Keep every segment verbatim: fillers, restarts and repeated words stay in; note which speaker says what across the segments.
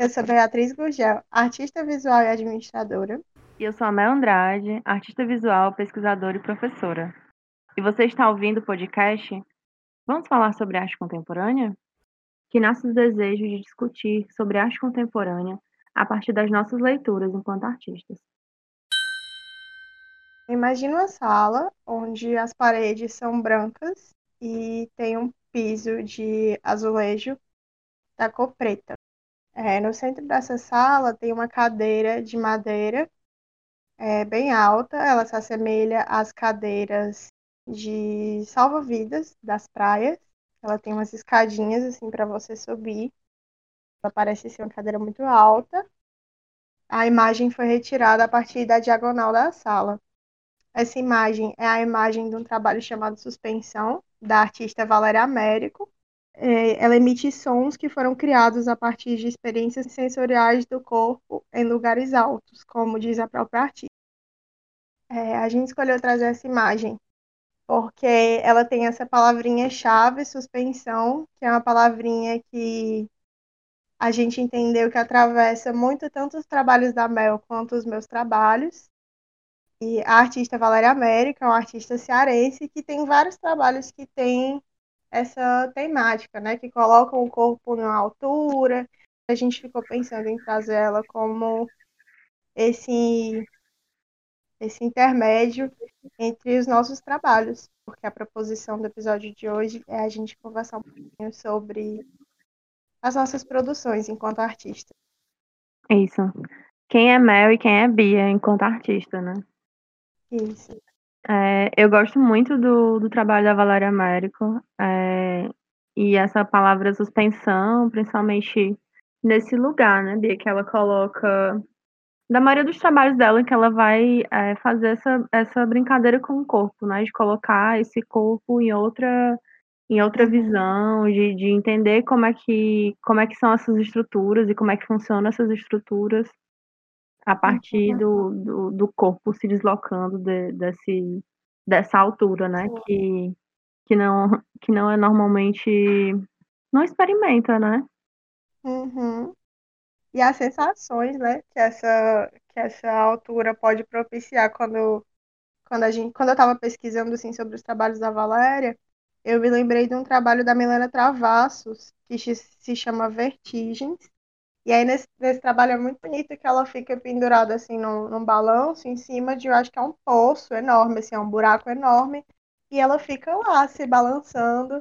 Speaker 1: Eu sou Beatriz Gurgel, artista visual e administradora.
Speaker 2: E eu sou a Mel Andrade, artista visual, pesquisadora e professora. E você está ouvindo o podcast Vamos Falar sobre Arte Contemporânea? Que nasce do desejo de discutir sobre arte contemporânea a partir das nossas leituras enquanto artistas.
Speaker 1: Imagina uma sala onde as paredes são brancas e tem um piso de azulejo da cor preta. É, no centro dessa sala tem uma cadeira de madeira é, bem alta, ela se assemelha às cadeiras de salva-vidas das praias. Ela tem umas escadinhas assim para você subir. Ela parece ser uma cadeira muito alta. A imagem foi retirada a partir da diagonal da sala. Essa imagem é a imagem de um trabalho chamado Suspensão, da artista Valéria Américo. É, ela emite sons que foram criados a partir de experiências sensoriais do corpo em lugares altos, como diz a própria artista. É, a gente escolheu trazer essa imagem porque ela tem essa palavrinha-chave, suspensão, que é uma palavrinha que a gente entendeu que atravessa muito tanto os trabalhos da Mel quanto os meus trabalhos. E a artista Valéria América é uma artista cearense que tem vários trabalhos que têm essa temática, né? Que colocam o corpo numa altura. A gente ficou pensando em trazer ela como esse, esse intermédio entre os nossos trabalhos, porque a proposição do episódio de hoje é a gente conversar um pouquinho sobre as nossas produções enquanto artista.
Speaker 2: Isso. Quem é Mel e quem é Bia enquanto artista, né?
Speaker 1: Isso.
Speaker 2: É, eu gosto muito do, do trabalho da Valéria Américo. É, e essa palavra suspensão, principalmente nesse lugar, né, Bia, que ela coloca da maioria dos trabalhos dela, que ela vai é, fazer essa, essa brincadeira com o corpo, né? De colocar esse corpo em outra, em outra
Speaker 1: Uhum.
Speaker 2: visão, de, de entender como é, que, como é que são essas estruturas e como é que funcionam essas estruturas a partir
Speaker 1: Uhum.
Speaker 2: do, do, do corpo se deslocando de, desse, dessa altura, né? Que, que, não, que não é normalmente... Não experimenta, né?
Speaker 1: Uhum. E as sensações, né, que essa, que essa altura pode propiciar quando, quando, a gente, quando eu estava pesquisando assim, sobre os trabalhos da Valéria, eu me lembrei de um trabalho da Milena Travassos, que se chama Vertigens. E aí nesse, nesse trabalho é muito bonito que ela fica pendurada assim num, num balanço em cima de, eu acho que é um poço enorme, assim, é um buraco enorme, e ela fica lá se balançando.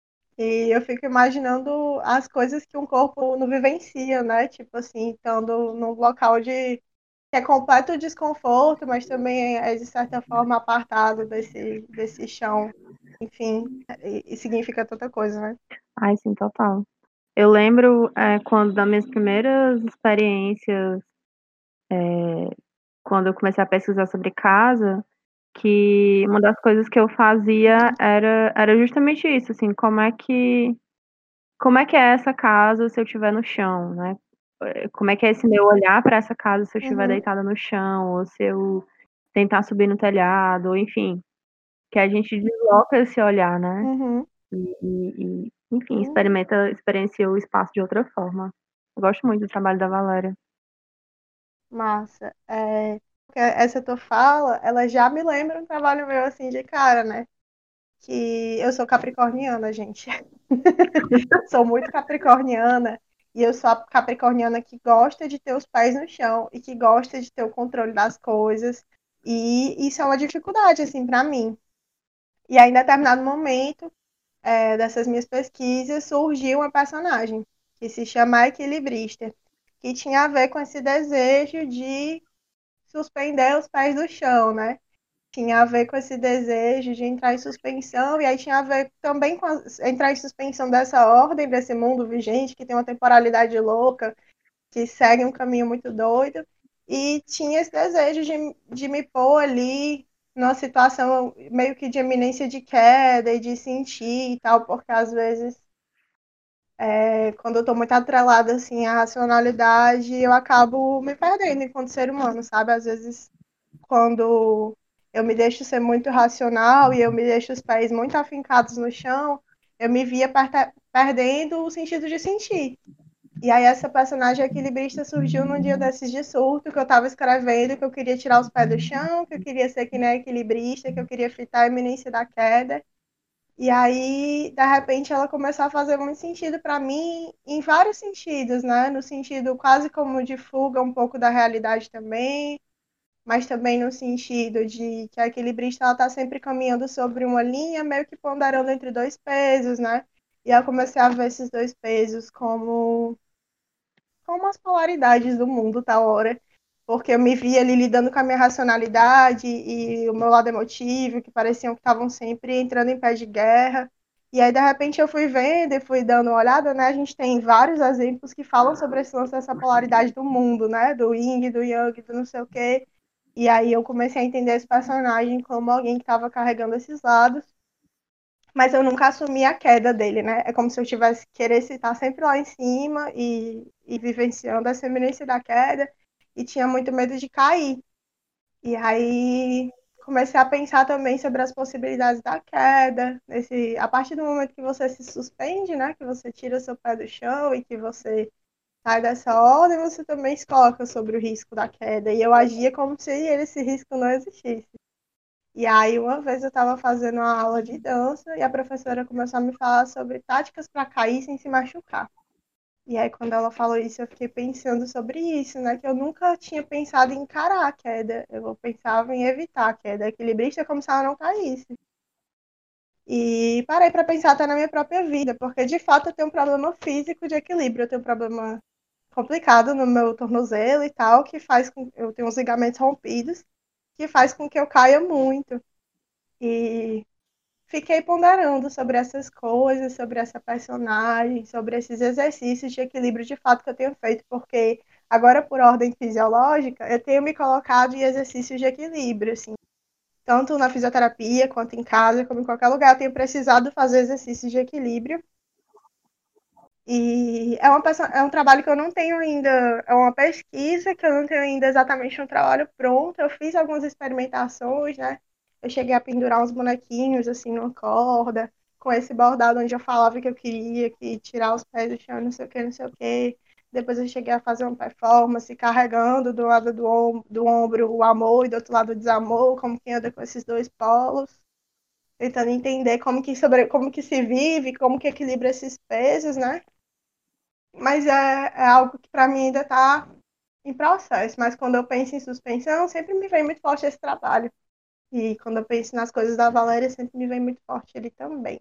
Speaker 1: E eu fico imaginando as coisas que um corpo não vivencia, né? Tipo assim, estando num local de que é completo desconforto, mas também é de certa forma apartado desse, desse chão. Enfim, e, e significa tanta coisa, né?
Speaker 2: Ai, sim, total. Eu lembro é, quando das minhas primeiras experiências, é, quando eu comecei a pesquisar sobre casa, que uma das coisas que eu fazia era, era justamente isso, assim, como é que como é que é essa casa se eu estiver no chão, né? Como é que é esse meu olhar para essa casa se eu estiver
Speaker 1: Uhum.
Speaker 2: deitada no chão, ou se eu tentar subir no telhado, ou enfim, que a gente desloca esse olhar, né?
Speaker 1: Uhum.
Speaker 2: E, e, e, enfim,
Speaker 1: Uhum.
Speaker 2: experimenta, experiencia o espaço de outra forma. Eu gosto muito do trabalho da Valéria.
Speaker 1: Massa. É, essa tua fala, ela já me lembra um trabalho meu assim de cara, né? Que eu sou capricorniana, gente. Sou muito capricorniana e eu sou a capricorniana que gosta de ter os pés no chão e que gosta de ter o controle das coisas. E isso é uma dificuldade, assim, para mim. E aí, em determinado momento é, dessas minhas pesquisas, surgiu uma personagem que se chama Equilibrista, que tinha a ver com esse desejo de suspender os pés do chão, né? Tinha a ver com esse desejo de entrar em suspensão, e aí tinha a ver também com a, entrar em suspensão dessa ordem, desse mundo vigente, que tem uma temporalidade louca, que segue um caminho muito doido, e tinha esse desejo de, de me pôr ali numa situação meio que de eminência de queda e de sentir e tal, porque às vezes, é, quando eu tô muito atrelada assim, à racionalidade, eu acabo me perdendo enquanto ser humano, sabe? Às vezes quando eu me deixo ser muito racional e eu me deixo os pés muito afincados no chão, eu me via perdendo o sentido de sentir. E aí essa personagem equilibrista surgiu num dia desses de surto, que eu tava escrevendo, que eu queria tirar os pés do chão, que eu queria ser que nem equilibrista, que eu queria fitar a iminência da queda. E aí, de repente, ela começou a fazer muito sentido para mim, em vários sentidos, né? No sentido quase como de fuga um pouco da realidade também, mas também no sentido de que a equilibrista ela está sempre caminhando sobre uma linha, meio que ponderando entre dois pesos, né? E eu comecei a ver esses dois pesos como, como as polaridades do mundo, tal hora. Porque eu me via ali lidando com a minha racionalidade e o meu lado emotivo, que pareciam que estavam sempre entrando em pé de guerra. E aí, de repente, eu fui vendo e fui dando uma olhada, né? A gente tem vários exemplos que falam sobre esse lance dessa polaridade do mundo, né? Do yin, do yang, do não sei o quê. E aí eu comecei a entender esse personagem como alguém que estava carregando esses lados, mas eu nunca assumi a queda dele, né? É como se eu tivesse queresse estar sempre lá em cima e, e vivenciando essa iminência da queda e tinha muito medo de cair. E aí comecei a pensar também sobre as possibilidades da queda, nesse, a partir do momento que você se suspende, né, que você tira seu pé do chão e que você sai dessa ordem, você também se coloca sobre o risco da queda. E eu agia como se esse risco não existisse. E aí, uma vez eu estava fazendo uma aula de dança e a professora começou a me falar sobre táticas para cair sem se machucar. E aí, quando ela falou isso, eu fiquei pensando sobre isso, né? Que eu nunca tinha pensado em encarar a queda. Eu pensava em evitar a queda. Equilibrista é como se ela não caísse. E parei para pensar até na minha própria vida, porque de fato eu tenho um problema físico de equilíbrio. Eu tenho um problema complicado no meu tornozelo e tal, que faz com eu tenho os ligamentos rompidos, que faz com que eu caia muito. E fiquei ponderando sobre essas coisas, sobre essa personagem, sobre esses exercícios de equilíbrio de fato que eu tenho feito, porque agora, por ordem fisiológica, eu tenho me colocado em exercícios de equilíbrio, assim, tanto na fisioterapia, quanto em casa, como em qualquer lugar, eu tenho precisado fazer exercícios de equilíbrio. E é, uma, é um trabalho que eu não tenho ainda, é uma pesquisa que eu não tenho ainda exatamente um trabalho pronto. Eu fiz algumas experimentações, né? Eu cheguei a pendurar uns bonequinhos assim numa corda, com esse bordado onde eu falava que eu queria que tirar os pés do chão, não sei o que, não sei o que. Depois eu cheguei a fazer uma performance carregando do lado do, om do ombro o amor e do outro lado o desamor, como que anda com esses dois polos, tentando entender como que, sobre, como que se vive, como que equilibra esses pesos, né? Mas é, é algo que para mim ainda está em processo. Mas quando eu penso em suspensão, sempre me vem muito forte esse trabalho. E quando eu penso nas coisas da Valéria, sempre me vem muito forte ele também.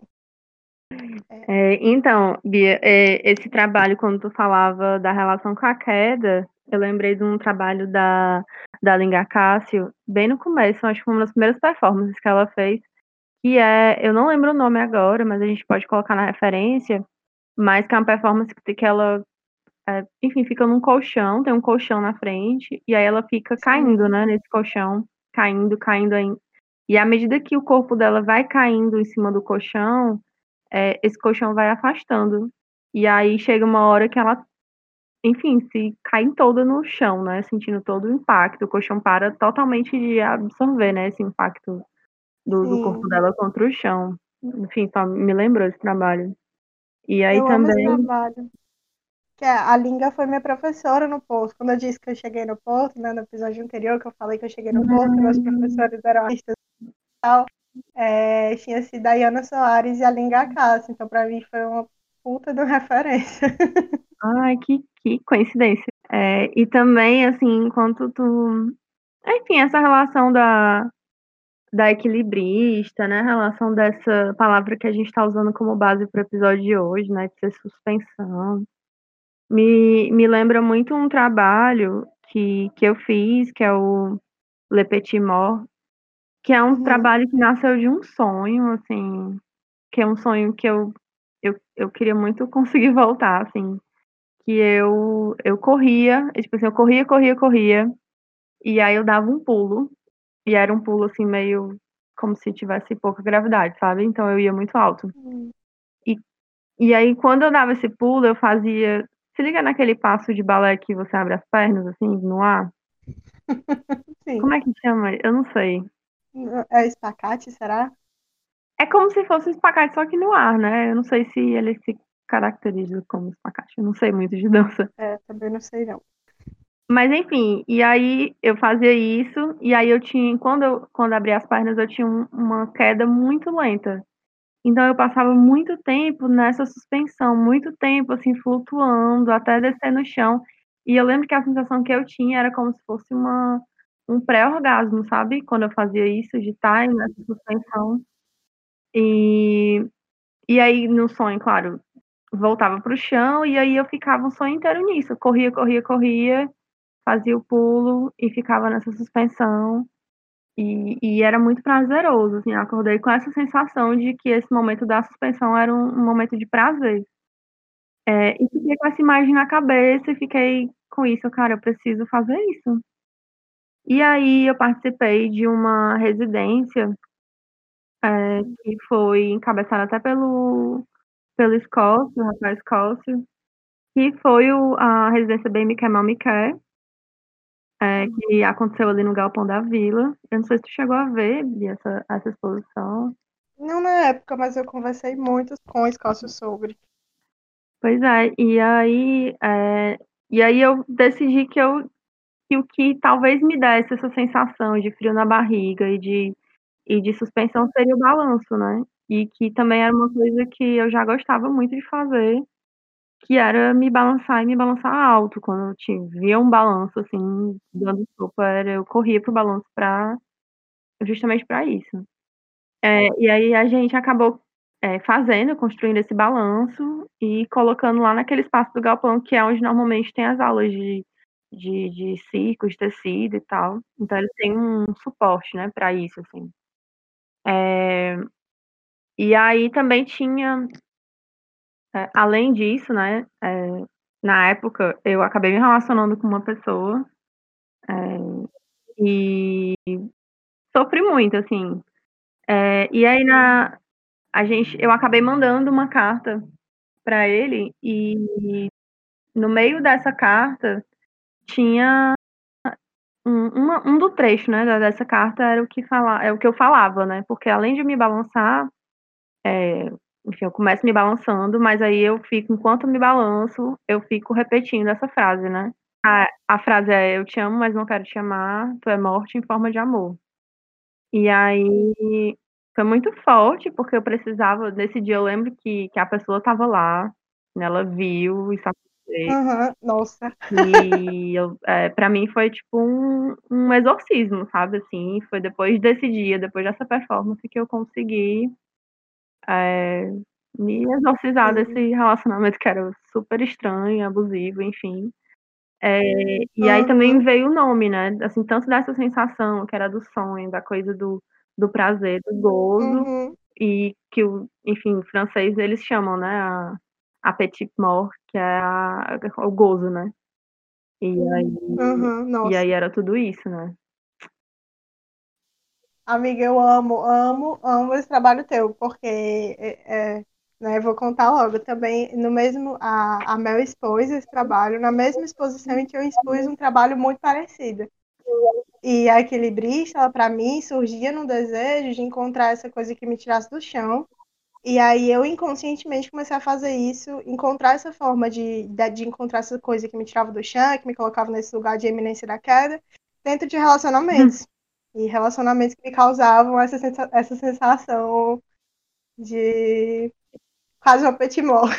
Speaker 1: É.
Speaker 2: É, então, Bia, é, esse trabalho, quando tu falava da relação com a queda, eu lembrei de um trabalho da, da Linga Cássio, bem no começo, acho que foi uma das primeiras performances que ela fez, que é, eu não lembro o nome agora, mas a gente pode colocar na referência, mas que é uma performance que, que ela, é, enfim, fica num colchão, tem um colchão na frente, e aí ela fica caindo,
Speaker 1: Sim.
Speaker 2: né, nesse colchão, caindo, caindo, aí, e à medida que o corpo dela vai caindo em cima do colchão, é, esse colchão vai afastando. E aí chega uma hora que ela, enfim, se cai toda no chão, né? Sentindo todo o impacto. O colchão para totalmente de absorver, né? Esse impacto do, do corpo
Speaker 1: Sim.
Speaker 2: dela contra o chão. Enfim, só me lembrou esse trabalho. E aí
Speaker 1: Eu amo esse
Speaker 2: também.
Speaker 1: trabalho. Que a Linga foi minha professora no Porto. Quando eu disse que eu cheguei no Porto, né, no episódio anterior, que eu falei que eu cheguei no Porto, que meus
Speaker 2: Hum,
Speaker 1: professores eram artistas e tal, é, tinha sido a Iana Soares e a Linga Cássio. Então, para mim, foi uma puta de uma referência.
Speaker 2: ai, que, que coincidência. É, e também, assim, enquanto tu. Enfim, essa relação da, da equilibrista, né? A relação dessa palavra que a gente está usando como base para o episódio de hoje, né? De ser suspensão. Me, me lembra muito um trabalho que, que eu fiz, que é o Le Petit Mort, que é um
Speaker 1: Uhum.
Speaker 2: trabalho que nasceu de um sonho, assim, que é um sonho que eu, eu, eu queria muito conseguir voltar, assim, que eu, eu corria, tipo assim, eu corria, corria, corria, e aí eu dava um pulo, e era um pulo, assim, meio como se tivesse pouca gravidade, sabe? Então eu ia muito alto.
Speaker 1: Uhum.
Speaker 2: E, e aí, quando eu dava esse pulo, eu fazia. Se liga naquele passo de balé que você abre as pernas, assim, no ar?
Speaker 1: Sim.
Speaker 2: Como é que chama? Eu não sei.
Speaker 1: É espacate, será?
Speaker 2: É como se fosse um espacate, só que no ar, né? Eu não sei se ele se caracteriza como espacate, eu não sei muito de dança.
Speaker 1: É, também não sei não.
Speaker 2: Mas enfim, e aí eu fazia isso, e aí eu tinha quando eu quando abria as pernas eu tinha um uma queda muito lenta. Então eu passava muito tempo nessa suspensão, muito tempo, assim, flutuando até descer no chão. E eu lembro que a sensação que eu tinha era como se fosse uma um pré-orgasmo, sabe, quando eu fazia isso, de estar nessa suspensão. E e aí no sonho, claro, voltava para o chão e aí eu ficava o sonho inteiro nisso, corria, corria, corria, fazia o pulo e ficava nessa suspensão. E e era muito prazeroso, assim, eu acordei com essa sensação de que esse momento da suspensão era um um momento de prazer. Eh, e fiquei com essa imagem na cabeça e fiquei com isso: "Cara, eu preciso fazer isso". E aí eu participei de uma residência, eh, que foi encabeçada até pelo pelo Scócio, Rafael Scócio, que foi o a residência Bem Me Quer Mal Me Quer, eh, que aconteceu ali no Galpão da Vila. Eu não sei se tu chegou a ver, Bia, essa essa exposição.
Speaker 1: Não na época, mas eu conversei muito com o Scócio sobre.
Speaker 2: Pois é, e aí, eh, e aí eu decidi que eu que o que talvez me desse essa sensação de frio na barriga e de e de suspensão seria o balanço, né. E que também era uma coisa que eu já gostava muito de fazer, que era me balançar e me balançar alto. Quando eu ti via um balanço, assim, dando sopa, era eu corria para o balanço pra justamente pra isso. É, e aí a gente acabou, eh, fazendo, construindo esse balanço e colocando lá naquele espaço do galpão, que é onde normalmente tem as aulas de de de circo, de tecido e tal. Então eles têm um suporte, né, pra isso, assim. Eh, e aí também tinha, eh, além disso, né, eh, na época eu acabei me relacionando com uma pessoa, eh, e sofri muito, assim. Eh, e aí na a gente eu acabei mandando uma carta pra ele e no meio dessa carta tinha um uma um do trecho, né, da dessa carta era o que fala é o que eu falava, né, porque além de me balançar, eh, enfim, eu começo me balançando, mas aí eu fico enquanto me balanço, eu fico repetindo essa frase, né. A a frase é: "Eu te amo, mas não quero te amar, tu é morte em forma de amor". E aí foi muito forte, porque eu precisava nesse dia eu lembro que que a pessoa estava lá, né, ela viu isso acontecer.
Speaker 1: Aham, nossa.
Speaker 2: E eu eh, pra mim foi tipo um um exorcismo, sabe, assim, foi depois desse dia, depois dessa performance que eu consegui, eh, me exorcizar desse
Speaker 1: Sim.
Speaker 2: relacionamento que era super estranho, abusivo, enfim. Eh, e aí também
Speaker 1: Uhum.
Speaker 2: veio o nome, né, assim, tanto dessa sensação que era do sonho, da coisa do do prazer, do gozo,
Speaker 1: Uhum.
Speaker 2: e que o enfim, o francês eles chamam, né, a appétit mort, que é a o gozo, né. E aí
Speaker 1: Aham,
Speaker 2: e
Speaker 1: nossa.
Speaker 2: aí era tudo isso, né.
Speaker 1: Amiga, eu amo, amo, amo esse trabalho teu, porque, eh eh, né, vou contar logo, também no mesmo a a Mel expôs esse trabalho na mesma exposição em que eu expus um trabalho muito parecido. E a equilibrista, ela pra mim surgia no desejo de encontrar essa coisa que me tirasse do chão, e aí eu inconscientemente comecei a fazer isso, encontrar essa forma de de de encontrar essa coisa que me tirava do chão, que me colocava nesse lugar de eminência da queda, dentro de relacionamentos. E relacionamentos que me causavam essa sensa essa sensação de quase um petit mort.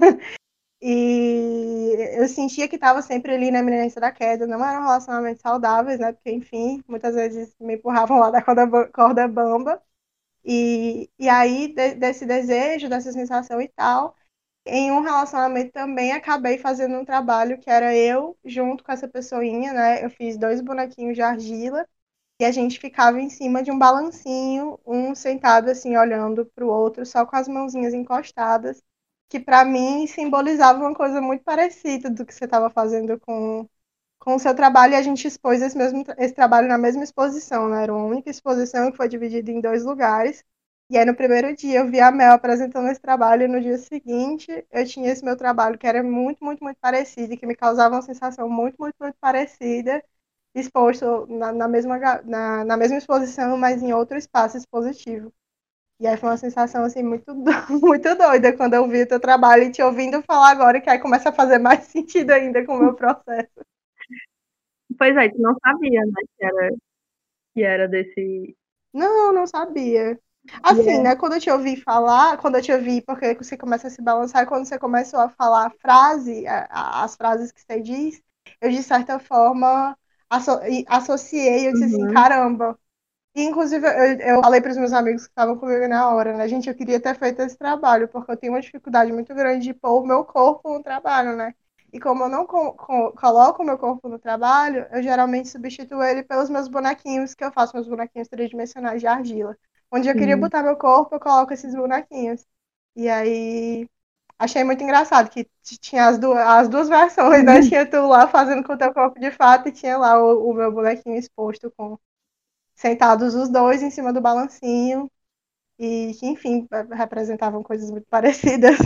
Speaker 1: E eu sentia que estava sempre ali na iminência da queda, não eram relacionamentos saudáveis, né, porque, enfim, muitas vezes me empurravam lá da corda ba corda bamba. E e aí de desse desejo, dessa sensação e tal, em um relacionamento também acabei fazendo um trabalho que era eu junto com essa pessoinha, né, eu fiz dois bonequinhos de argila, e a gente ficava em cima de um balancinho, um sentado, assim, olhando para o outro, só com as mãozinhas encostadas, que pra mim simbolizava uma coisa muito parecida do que você estava fazendo com com o seu trabalho, e a gente expôs esse mesmo esse trabalho na mesma exposição, né, era uma única exposição que foi dividida em dois lugares. E aí no primeiro dia eu vi a Mel apresentando esse trabalho e no dia seguinte eu tinha esse meu trabalho que era muito, muito, muito parecido e que me causava uma sensação muito, muito, muito parecida, exposto na na mesma ga na na mesma exposição, mas em outro espaço expositivo. E aí foi uma sensação, assim, muito, muito doida quando eu vi o teu trabalho e te ouvindo falar agora, que aí começa a fazer mais sentido ainda com o meu processo.
Speaker 2: Pois é, tu não sabia, né, que era, que era desse.
Speaker 1: Não, não sabia.
Speaker 2: E
Speaker 1: Assim,
Speaker 2: é.
Speaker 1: né, quando eu te ouvi falar, quando eu te ouvi, porque você começa a se balançar, e quando você começou a falar a frase, a- a- as frases que você diz, eu, de certa forma, asso- e associei, eu disse assim,
Speaker 2: Uhum,
Speaker 1: caramba. E, inclusive, eu, eu falei para os meus amigos que estavam comigo na hora, né, gente, eu queria ter feito esse trabalho, porque eu tenho uma dificuldade muito grande de pôr o meu corpo no trabalho, né? E como eu não co co coloco o meu corpo no trabalho, eu geralmente substituo ele pelos meus bonequinhos, que eu faço meus bonequinhos tridimensionais de argila. Onde eu queria
Speaker 2: sim.
Speaker 1: botar meu corpo, eu coloco esses bonequinhos. E aí, achei muito engraçado que tinha as, du as duas versões, né? Tinha tu lá fazendo com o teu corpo de fato e tinha lá o, o meu bonequinho exposto, com sentados os dois em cima do balancinho. E que, enfim, representavam coisas muito parecidas.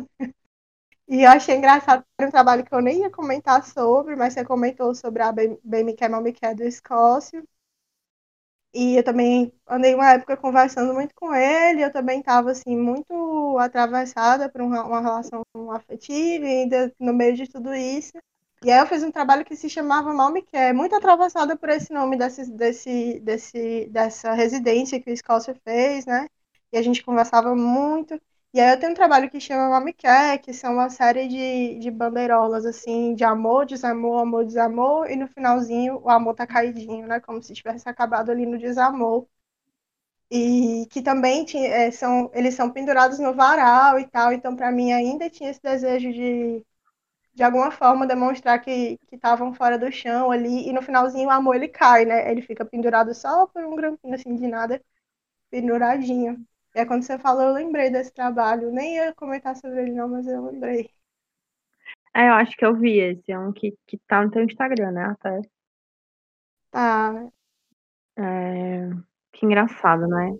Speaker 1: E eu achei engraçado, era um trabalho que eu nem ia comentar sobre, mas você comentou sobre a Bem Me Quer, Mal Me Quer do Escócio. E eu também andei uma época conversando muito com ele, eu também estava, assim, muito atravessada por uma, uma relação afetiva, e ainda no meio de tudo isso. E aí eu fiz um trabalho que se chamava Mal Me Quer, muito atravessada por esse nome desse, desse, desse, dessa residência que o Escócio fez, né? E a gente conversava muito. E aí eu tenho um trabalho que chama Mal Me Quer, que são uma série de, de bandeirolas, assim, de amor, desamor, amor, desamor, e no finalzinho o amor tá caidinho, né? Como se tivesse acabado ali no desamor. E que também tinha, é, são, eles são pendurados no varal e tal, então para mim ainda tinha esse desejo de, de alguma forma, demonstrar que estavam fora do chão ali, e no finalzinho o amor ele cai, né? Ele fica pendurado só por um grampinho assim de nada, penduradinho. E aí, quando você falou, eu lembrei desse trabalho. Nem ia comentar sobre ele, não, mas eu lembrei.
Speaker 2: É, eu acho que eu vi esse, é um que, que tá no teu Instagram, né, até.
Speaker 1: Tá, né?
Speaker 2: É, que engraçado, né?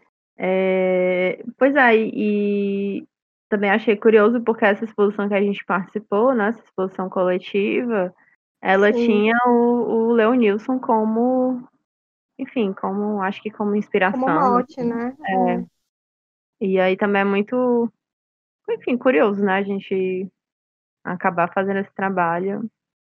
Speaker 2: É, pois é, e também achei curioso porque essa exposição que a gente participou, né, essa exposição coletiva, ela
Speaker 1: Sim,
Speaker 2: tinha o, o Leonilson como, enfim, como, acho que como
Speaker 1: como
Speaker 2: inspiração,
Speaker 1: mote,
Speaker 2: assim.
Speaker 1: né?
Speaker 2: É,
Speaker 1: É.
Speaker 2: e aí também é muito, enfim, curioso, né, a gente acabar fazendo esse trabalho.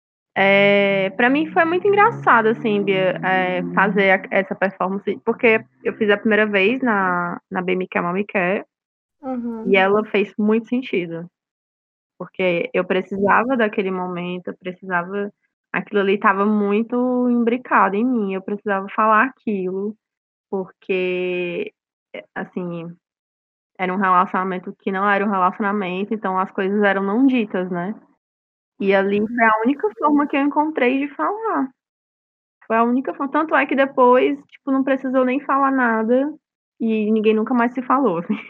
Speaker 2: É, para mim foi muito engraçado, assim, Bia, é, fazer a, essa performance, porque eu fiz a primeira vez na, na B M K Mami Quer,
Speaker 1: Uhum.
Speaker 2: e ela fez muito sentido, porque eu precisava daquele momento, eu precisava, aquilo ali estava muito imbricado em mim, eu precisava falar aquilo, porque, assim, era um relacionamento que não era um relacionamento, então as coisas eram não ditas, né? E ali foi a única forma que eu encontrei de falar. Foi a única forma. Tanto é que depois, tipo, não precisou nem falar nada e ninguém nunca mais se falou, assim.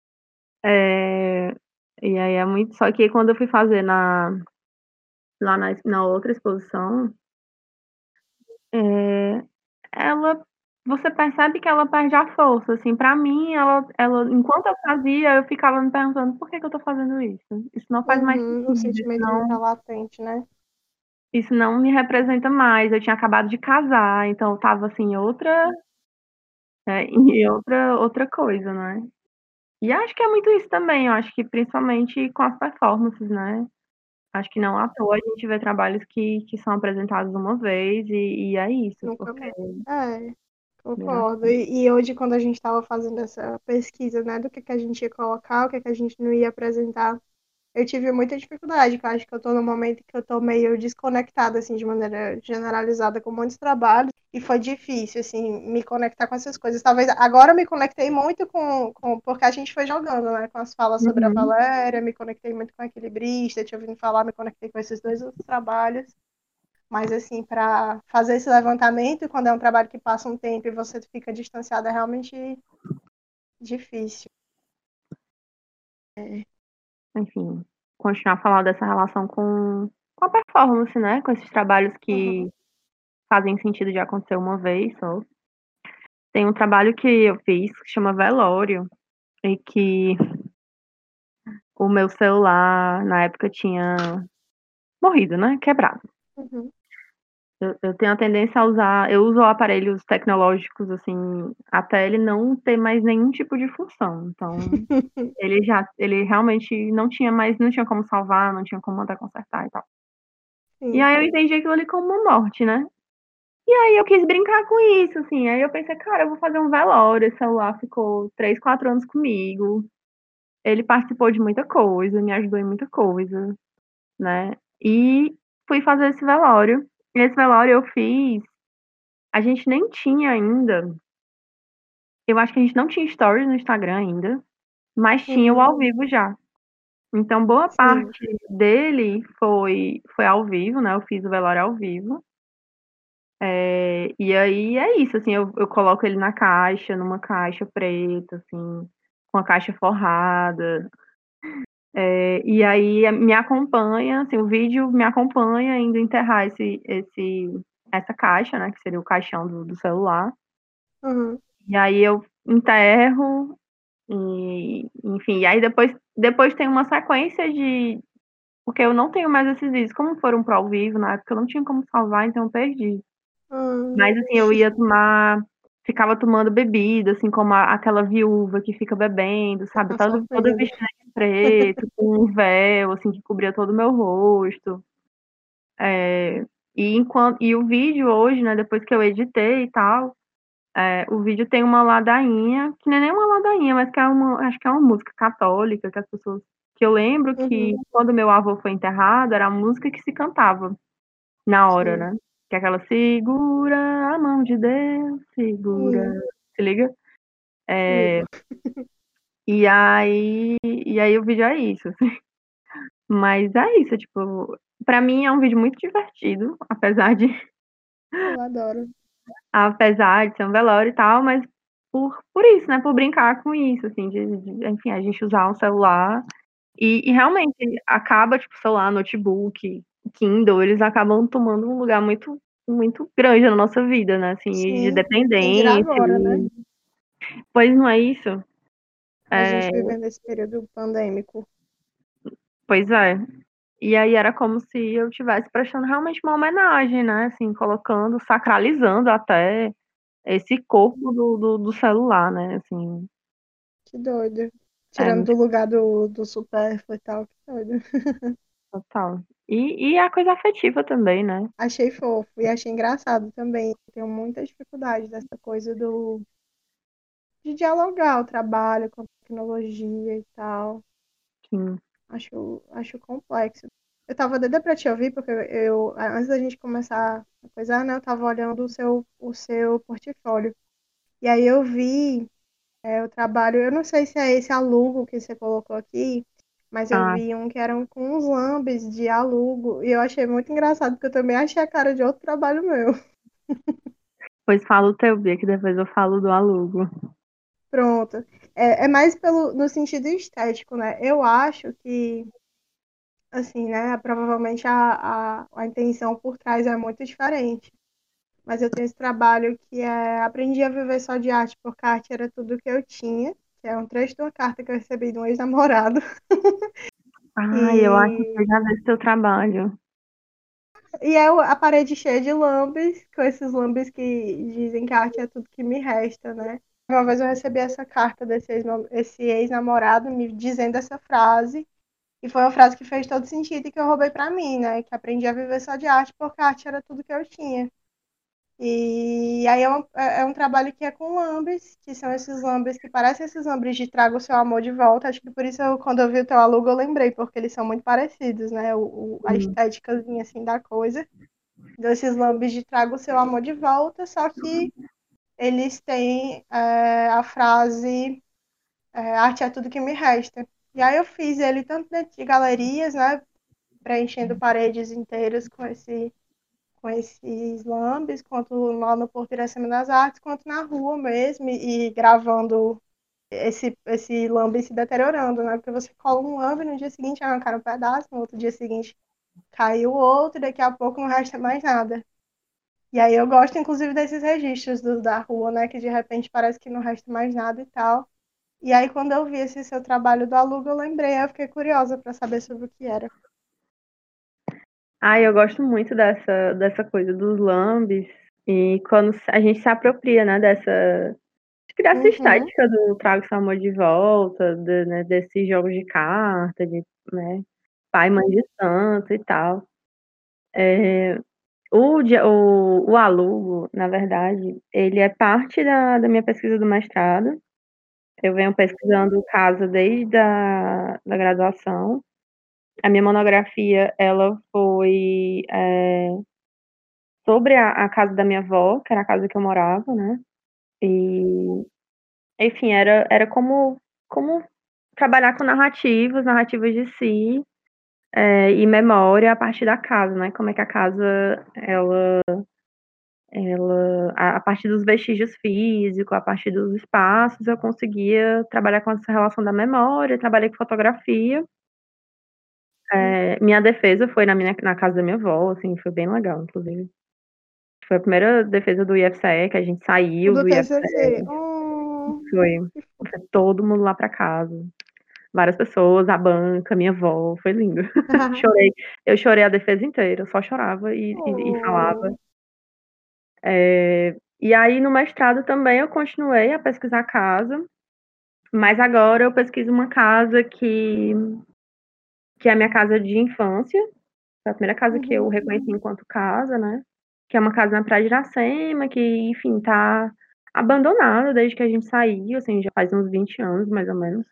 Speaker 2: É, e aí é muito. Só que quando eu fui fazer na, lá na, na outra exposição, é, ela. Você percebe que ela perde a força, assim. Pra mim, ela, ela, enquanto eu fazia, eu ficava me perguntando por que, que eu tô fazendo isso? Isso não faz mais
Speaker 1: Uhum. O
Speaker 2: sentido, isso
Speaker 1: sentimento ainda tá
Speaker 2: não,
Speaker 1: latente, né?
Speaker 2: isso não me representa mais. Eu tinha acabado de casar, então eu tava assim, outra, é, em outra, outra coisa, né? E acho que é muito isso também, eu acho que principalmente com as performances, né. Acho que não à toa a gente vê trabalhos que que são apresentados uma vez e e é isso,
Speaker 1: Nunca
Speaker 2: porque
Speaker 1: mais. É,
Speaker 2: vira
Speaker 1: concordo. E, e hoje, quando a gente estava fazendo essa pesquisa, né, do que, que a gente ia colocar, o que, que a gente não ia apresentar, eu tive muita dificuldade, que eu acho que eu tô num momento que eu tô meio desconectada, assim, de maneira generalizada com muitos trabalhos, e foi difícil, assim, me conectar com essas coisas. Talvez agora eu me conectei muito com, com porque a gente foi jogando, né, com as falas sobre a
Speaker 2: uhum.
Speaker 1: Valéria, me conectei muito com a Equilibrista, tinha ouvido falar, me conectei com esses dois outros trabalhos. Mas, assim, para fazer esse levantamento, quando é um trabalho que passa um tempo e você fica distanciado, é realmente difícil. É.
Speaker 2: Enfim, continuar falando dessa relação com com a performance, né, com esses trabalhos
Speaker 1: Uhum,
Speaker 2: que fazem sentido de acontecer uma vez só. Tem um trabalho que eu fiz que chama Velório, e que o meu celular na época tinha morrido, né, quebrado.
Speaker 1: uhum,
Speaker 2: Eu eu tenho a tendência a usar eu uso aparelhos tecnológicos, assim, até ele não ter mais nenhum tipo de função, então, ele já ele realmente não tinha mais não tinha como salvar, não tinha como mandar consertar e tal. E
Speaker 1: Sim.
Speaker 2: aí eu entendi aquilo ali como uma morte, né. E aí eu quis brincar com isso, assim, aí eu pensei: "Cara, eu vou fazer um velório", esse celular ficou três, quatro anos comigo, ele participou de muita coisa, me ajudou em muita coisa, né, e fui fazer esse velório. E esse velório eu fiz a gente nem tinha ainda eu acho que a gente não tinha stories no Instagram ainda, mas tinha o
Speaker 1: Uhum.
Speaker 2: ao vivo já. Então boa
Speaker 1: Sim.
Speaker 2: parte dele foi foi ao vivo, né, eu fiz o velório ao vivo. Eh, e aí é isso, assim, eu eu coloco ele na caixa, numa caixa preta, assim, com a caixa forrada. Eh, e aí me acompanha, assim, o vídeo me acompanha indo enterrar esse esse essa caixa, né, que seria o caixão do do celular.
Speaker 1: Uhum.
Speaker 2: E aí eu enterro, e enfim, e aí depois depois tem uma sequência de porque eu não tenho mais esses vídeos, como foram para o ao vivo, na época eu não tinha como salvar, então eu perdi.
Speaker 1: Hum.
Speaker 2: Mas assim, eu ia tomar ficava tomando bebida, assim, como a aquela viúva que fica bebendo, sabe,
Speaker 1: Ficar
Speaker 2: toda toda
Speaker 1: sofrendo.
Speaker 2: vestida de preto, com um véu, assim, que cobria todo o meu rosto. Eh, e enquanto e o vídeo hoje, né, depois que eu editei e tal, eh, o vídeo tem uma ladainha, que não é nem uma ladainha, mas que é uma acho que é uma música católica que as pessoas que eu lembro que
Speaker 1: Uhum.
Speaker 2: quando meu avô foi enterrado, era a música que se cantava na hora,
Speaker 1: Sim.
Speaker 2: né, que é aquela: "Segura a mão de Deus, segura",
Speaker 1: Hum.
Speaker 2: se liga?
Speaker 1: Ligo.
Speaker 2: Eh e aí e aí o vídeo é isso, assim. Mas é isso, tipo, pra mim é um vídeo muito divertido, apesar de
Speaker 1: Eu adoro.
Speaker 2: apesar de ser um velório e tal, mas por por isso, né, por brincar com isso, assim, de de enfim, a gente usar um celular e e realmente acaba, tipo, celular, notebook, Kindle, eles acabam tomando um lugar muito muito grande na nossa vida, né, assim, e de
Speaker 1: Sim, quem dirá
Speaker 2: dependência
Speaker 1: agora, né?
Speaker 2: e pois não é isso?
Speaker 1: A gente
Speaker 2: Eh
Speaker 1: vivendo esse período pandêmico.
Speaker 2: Pois é. E aí era como se eu tivesse prestando realmente uma homenagem, né, assim, colocando sacralizando até esse corpo do do do celular, né, assim.
Speaker 1: Que doido.
Speaker 2: É
Speaker 1: Tirando do
Speaker 2: muito
Speaker 1: lugar do do supérfluo e tal, que doido.
Speaker 2: total. E e a coisa afetiva também, né.
Speaker 1: Achei fofo e achei engraçado também. Tenho muita dificuldade dessa coisa do de dialogar o trabalho com a tecnologia e tal.
Speaker 2: Sim.
Speaker 1: Acho acho complexo. Eu estava doida pra te ouvir, porque eu antes da gente começar a coisar, né, eu estava olhando o seu o seu portfólio. E aí eu vi, eh, o trabalho eu não sei se é esse alugo que você colocou aqui, mas eu
Speaker 2: Ah,
Speaker 1: vi um que eram com uns lambes de alugo, e eu achei muito engraçado, porque eu também achei a cara de outro trabalho meu.
Speaker 2: pois fala o teu, Bia, que depois eu falo do alugo.
Speaker 1: Pronto. É é mais pelo no sentido estético, né. Eu acho que, assim, né, provavelmente a a a intenção por trás é muito diferente. Mas eu tenho esse trabalho que é Aprendi a Viver Só de Arte, porque a arte era tudo que eu tinha, que é um trecho de uma carta que eu recebi de um ex-namorado.
Speaker 2: Ai, eu acho que
Speaker 1: E
Speaker 2: eu já vi esse teu trabalho.
Speaker 1: e é o a parede cheia de lambes, com esses lambes que dizem que a arte é tudo que me resta, né. Uma vez eu recebi essa carta desse ex esse ex-namorado me dizendo essa frase, e foi uma frase que fez todo sentido e que eu roubei pra mim, né, que aprendi a viver só de arte, porque a arte era tudo que eu tinha. E aí é um, é é um trabalho que é com lambes, que são esses lambes que parecem esses lambes de Traga o Seu Amor de Volta. Acho que por isso eu, quando eu vi o teu alugo, eu lembrei, porque eles são muito parecidos, né? O, o- a
Speaker 2: Sim.
Speaker 1: estéticazinha assim da coisa. Desses lambes de Traga o Seu Amor de Volta, só que eles têm é, a frase é, Arte é tudo que me resta. E aí eu fiz ele tanto dentro de galerias, né? Preenchendo paredes inteiras com esse com esses lambes, quanto lá no Porto Iracema das Artes, quanto na rua mesmo, e, e gravando esse, esse lambe se deteriorando, né? Porque você cola um lambe, no dia seguinte arrancaram um pedaço, no outro dia seguinte caiu outro, e daqui a pouco não resta mais nada. E aí eu gosto, inclusive, desses registros do, da rua, né? Que de repente parece que não resta mais nada e tal. E aí, quando eu vi esse seu trabalho do alugo, eu lembrei, aí eu fiquei curiosa para saber sobre o que era.
Speaker 2: Ai, eu gosto muito dessa dessa coisa dos lambes, e quando a gente se apropria, né, dessa acho que dessa
Speaker 1: Uhum.
Speaker 2: estética do Traga Seu Amor de Volta, de né, desses jogos de carta, de né, pai, mãe de santo e tal. Eh, o dia o o alugo, na verdade, ele é parte da da minha pesquisa do mestrado. Eu venho pesquisando casa desde a da graduação. A minha monografia, ela foi, eh, sobre a a casa da minha avó, que era a casa que eu morava, né, e, enfim, era era como como trabalhar com narrativas, narrativas de si, eh, e memória a partir da casa, né, como é que a casa ela ela a a partir dos vestígios físico, a partir dos espaços, eu conseguia trabalhar com essa relação da memória, trabalhei com fotografia.
Speaker 1: Hum.
Speaker 2: Eh, minha defesa foi na minha na casa da minha avó, assim, foi bem legal, inclusive. Foi a primeira defesa do I-F-C-E que a gente saiu
Speaker 1: Do
Speaker 2: do
Speaker 1: T-C-C.
Speaker 2: I-F-C-E.
Speaker 1: Oh,
Speaker 2: Foi.
Speaker 1: que
Speaker 2: Foi
Speaker 1: fofo.
Speaker 2: todo mundo lá pra casa. Várias pessoas, a banca, minha avó, foi lindo. Chorei, eu chorei a defesa inteira, eu só chorava e e e falava.
Speaker 1: Oh.
Speaker 2: Eh, e aí no mestrado também eu continuei a pesquisar casa, mas agora eu pesquiso uma casa que que é a minha casa de infância, foi a primeira casa que eu
Speaker 1: Uhum.
Speaker 2: reconheci enquanto casa, né, que é uma casa na praia de Iracema, que, enfim, tá abandonada desde que a gente saiu, assim, já faz uns vinte anos, mais ou menos.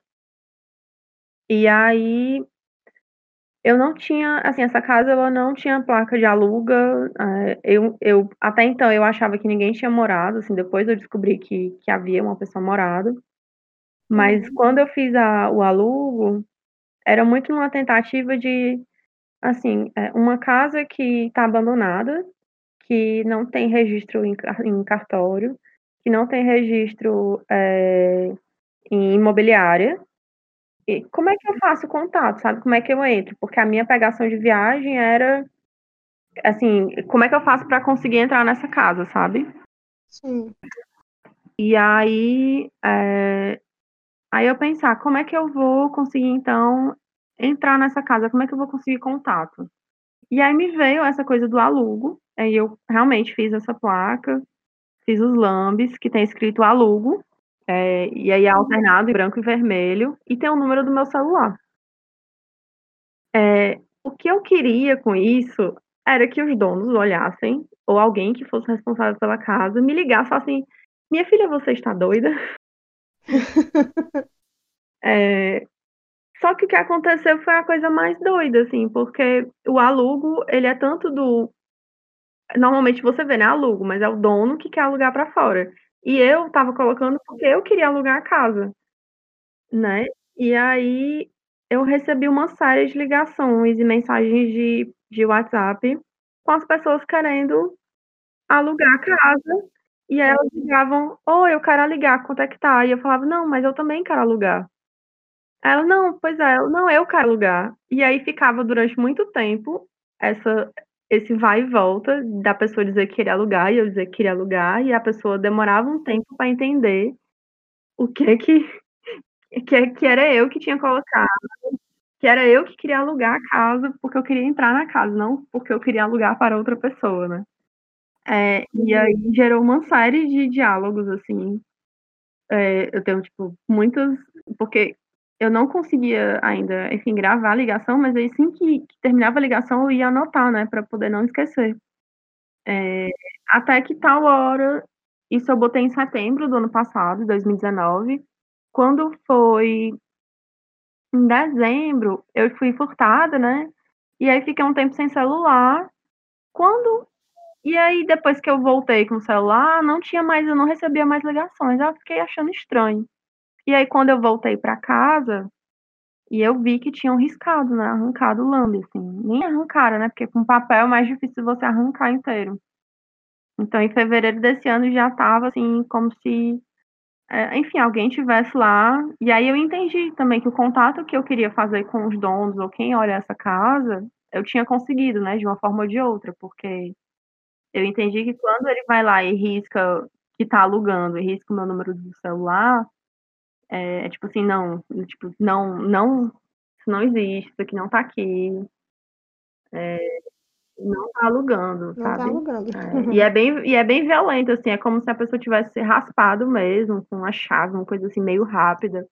Speaker 2: E aí eu não tinha assim, essa casa ela não tinha placa de aluga, eh, eu eu até então eu achava que ninguém tinha morado, assim, depois eu descobri que que havia uma pessoa morado, mas
Speaker 1: Uhum.
Speaker 2: quando eu fiz a o alugo, era muito numa tentativa de, assim, eh, uma casa que tá abandonada, que não tem registro em car em cartório, que não tem registro, eh, em imobiliária. E como é que eu faço contato, sabe, como é que eu entro? Porque a minha pegação de viagem era, assim, como é que eu faço pra conseguir entrar nessa casa, sabe?
Speaker 1: Sim.
Speaker 2: E aí, eh, aí eu pensar: "Como é que eu vou conseguir então entrar nessa casa? Como é que eu vou conseguir contato?". E aí me veio essa coisa do alugo, aí eu realmente fiz essa placa, fiz os lambes que tem escrito alugo, eh, e aí é alternado em branco e vermelho, e tem o número do meu celular. Eh, o que eu queria com isso era que os donos olhassem, ou alguém que fosse responsável pela casa, me ligasse e falasse assim: "Minha filha, você está doida?". Eh, só que o que aconteceu foi a coisa mais doida, assim, porque o alugo, ele é tanto do normalmente você vê, né, alugo, mas é o dono que quer alugar pra fora. E eu estava colocando porque eu queria alugar a casa, né. E aí eu recebi uma série de ligações e mensagens de de WhatsApp com as pessoas querendo alugar a casa, e aí elas ligavam: "Oi, eu quero alugar, quanto é que tá?". E eu falava: "Não, mas eu também quero alugar". Aí ela: "Não, pois é", eu: "Não, eu quero alugar". E aí ficava durante muito tempo essa esse vai e volta da pessoa dizer que queria alugar e eu dizer que queria alugar, e a pessoa demorava um tempo pra entender o que que que que era eu que tinha colocado, que era eu que queria alugar a casa, porque eu queria entrar na casa, não porque eu queria alugar para outra pessoa, né. Eh, e aí gerou uma série de diálogos, assim, eh, eu tenho, tipo, muitas porque eu não conseguia ainda, enfim, gravar a ligação, mas aí assim que que terminava a ligação eu ia anotar, né, pra poder não esquecer. Eh, até que tal hora isso eu botei em setembro do ano passado, dois mil e dezenove, quando foi em dezembro, eu fui furtada, né, e aí fiquei um tempo sem celular, quando e aí depois que eu voltei com o celular, não tinha mais eu não recebia mais ligações, aí eu fiquei achando estranho. E aí quando eu voltei pra casa, e eu vi que tinham riscado, né, arrancado o lambe, assim, nem arrancaram, né, porque com papel é mais difícil você arrancar inteiro. Então em fevereiro desse ano já estava, assim, como se, eh, enfim, alguém estivesse lá, e aí eu entendi também que o contato que eu queria fazer com os donos ou quem olha essa casa, eu tinha conseguido, né, de uma forma ou de outra, porque eu entendi que quando ele vai lá e risca que tá alugando e risca o meu número do celular, eh, é tipo assim: "Não", tipo: "Não não isso não existe, isso aqui não tá aqui". Eh não tá alugando,
Speaker 1: Não tá
Speaker 2: sabe.
Speaker 1: alugando.
Speaker 2: É, e é bem e é bem violento, assim, é como se a pessoa tivesse raspado mesmo com uma chave, uma coisa assim meio rápida.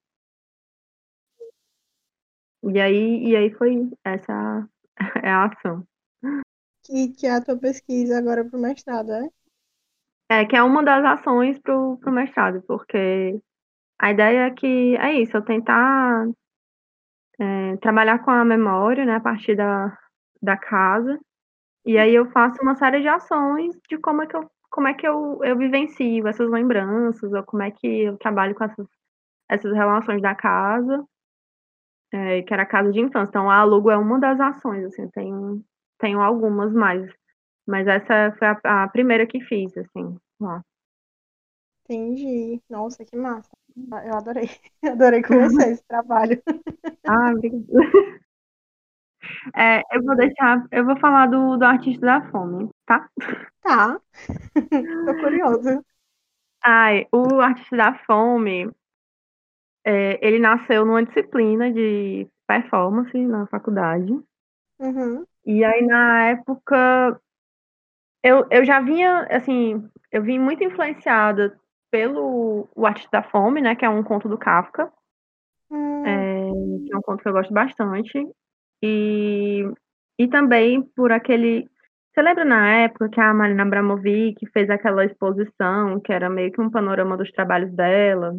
Speaker 2: E aí e aí foi essa é a ação.
Speaker 1: Que que é a tua pesquisa agora para o mestrado, é?
Speaker 2: É, que é uma das ações para o para o mestrado, porque a ideia é que é isso, eu tentar, eh, trabalhar com a memória, né, a partir da da casa, e aí eu faço uma série de ações de como é que eu como é que eu eu vivencio essas lembranças, ou como é que eu trabalho com essas essas relações da casa, eh, que era a casa de infância. Então o alugo é uma das ações, assim, tenho tenho algumas mais, mas essa foi a a primeira que fiz, assim, lá.
Speaker 1: Entendi. Nossa, que massa. Ah, eu adorei. Adorei conhecer esse trabalho.
Speaker 2: Ah, obrigada. É, eu vou deixar eu vou falar do do Artista da Fome, tá?
Speaker 1: Tá. Tô curiosa.
Speaker 2: Ai, o Artista da Fome, eh, ele nasceu numa disciplina de performance na faculdade.
Speaker 1: Uhum.
Speaker 2: E aí na época eu eu já vinha, assim, eu vim muito influenciada pelo O Artista da Fome, né, que é um conto do Kafka,
Speaker 1: Hum,
Speaker 2: eh, que é um conto que eu gosto bastante. E e também por aquele você lembra na época que a Marina Abramovic fez aquela exposição, que era meio que um panorama dos trabalhos dela,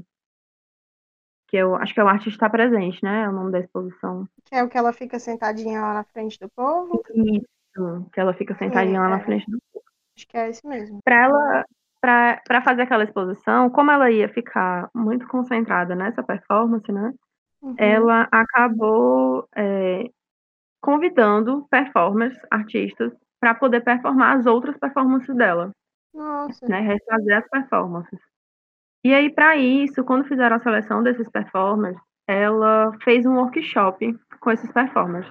Speaker 2: que eu acho que é O Artista Está Presente, né, é o nome da exposição.
Speaker 1: que é o que ela fica sentadinha lá na frente do povo?
Speaker 2: Isso, que ela fica
Speaker 1: Sim,
Speaker 2: sentadinha lá na
Speaker 1: é.
Speaker 2: frente do
Speaker 1: Acho que é esse mesmo.
Speaker 2: pra ela pra pra fazer aquela exposição, como ela ia ficar muito concentrada nessa performance, né,
Speaker 1: Uhum.
Speaker 2: ela acabou, eh, convidando performers, artistas, pra poder performar as outras performances dela,
Speaker 1: Nossa.
Speaker 2: né, refazer as performances. E aí pra isso, quando fizeram a seleção desses performers, ela fez um workshop com esses performers.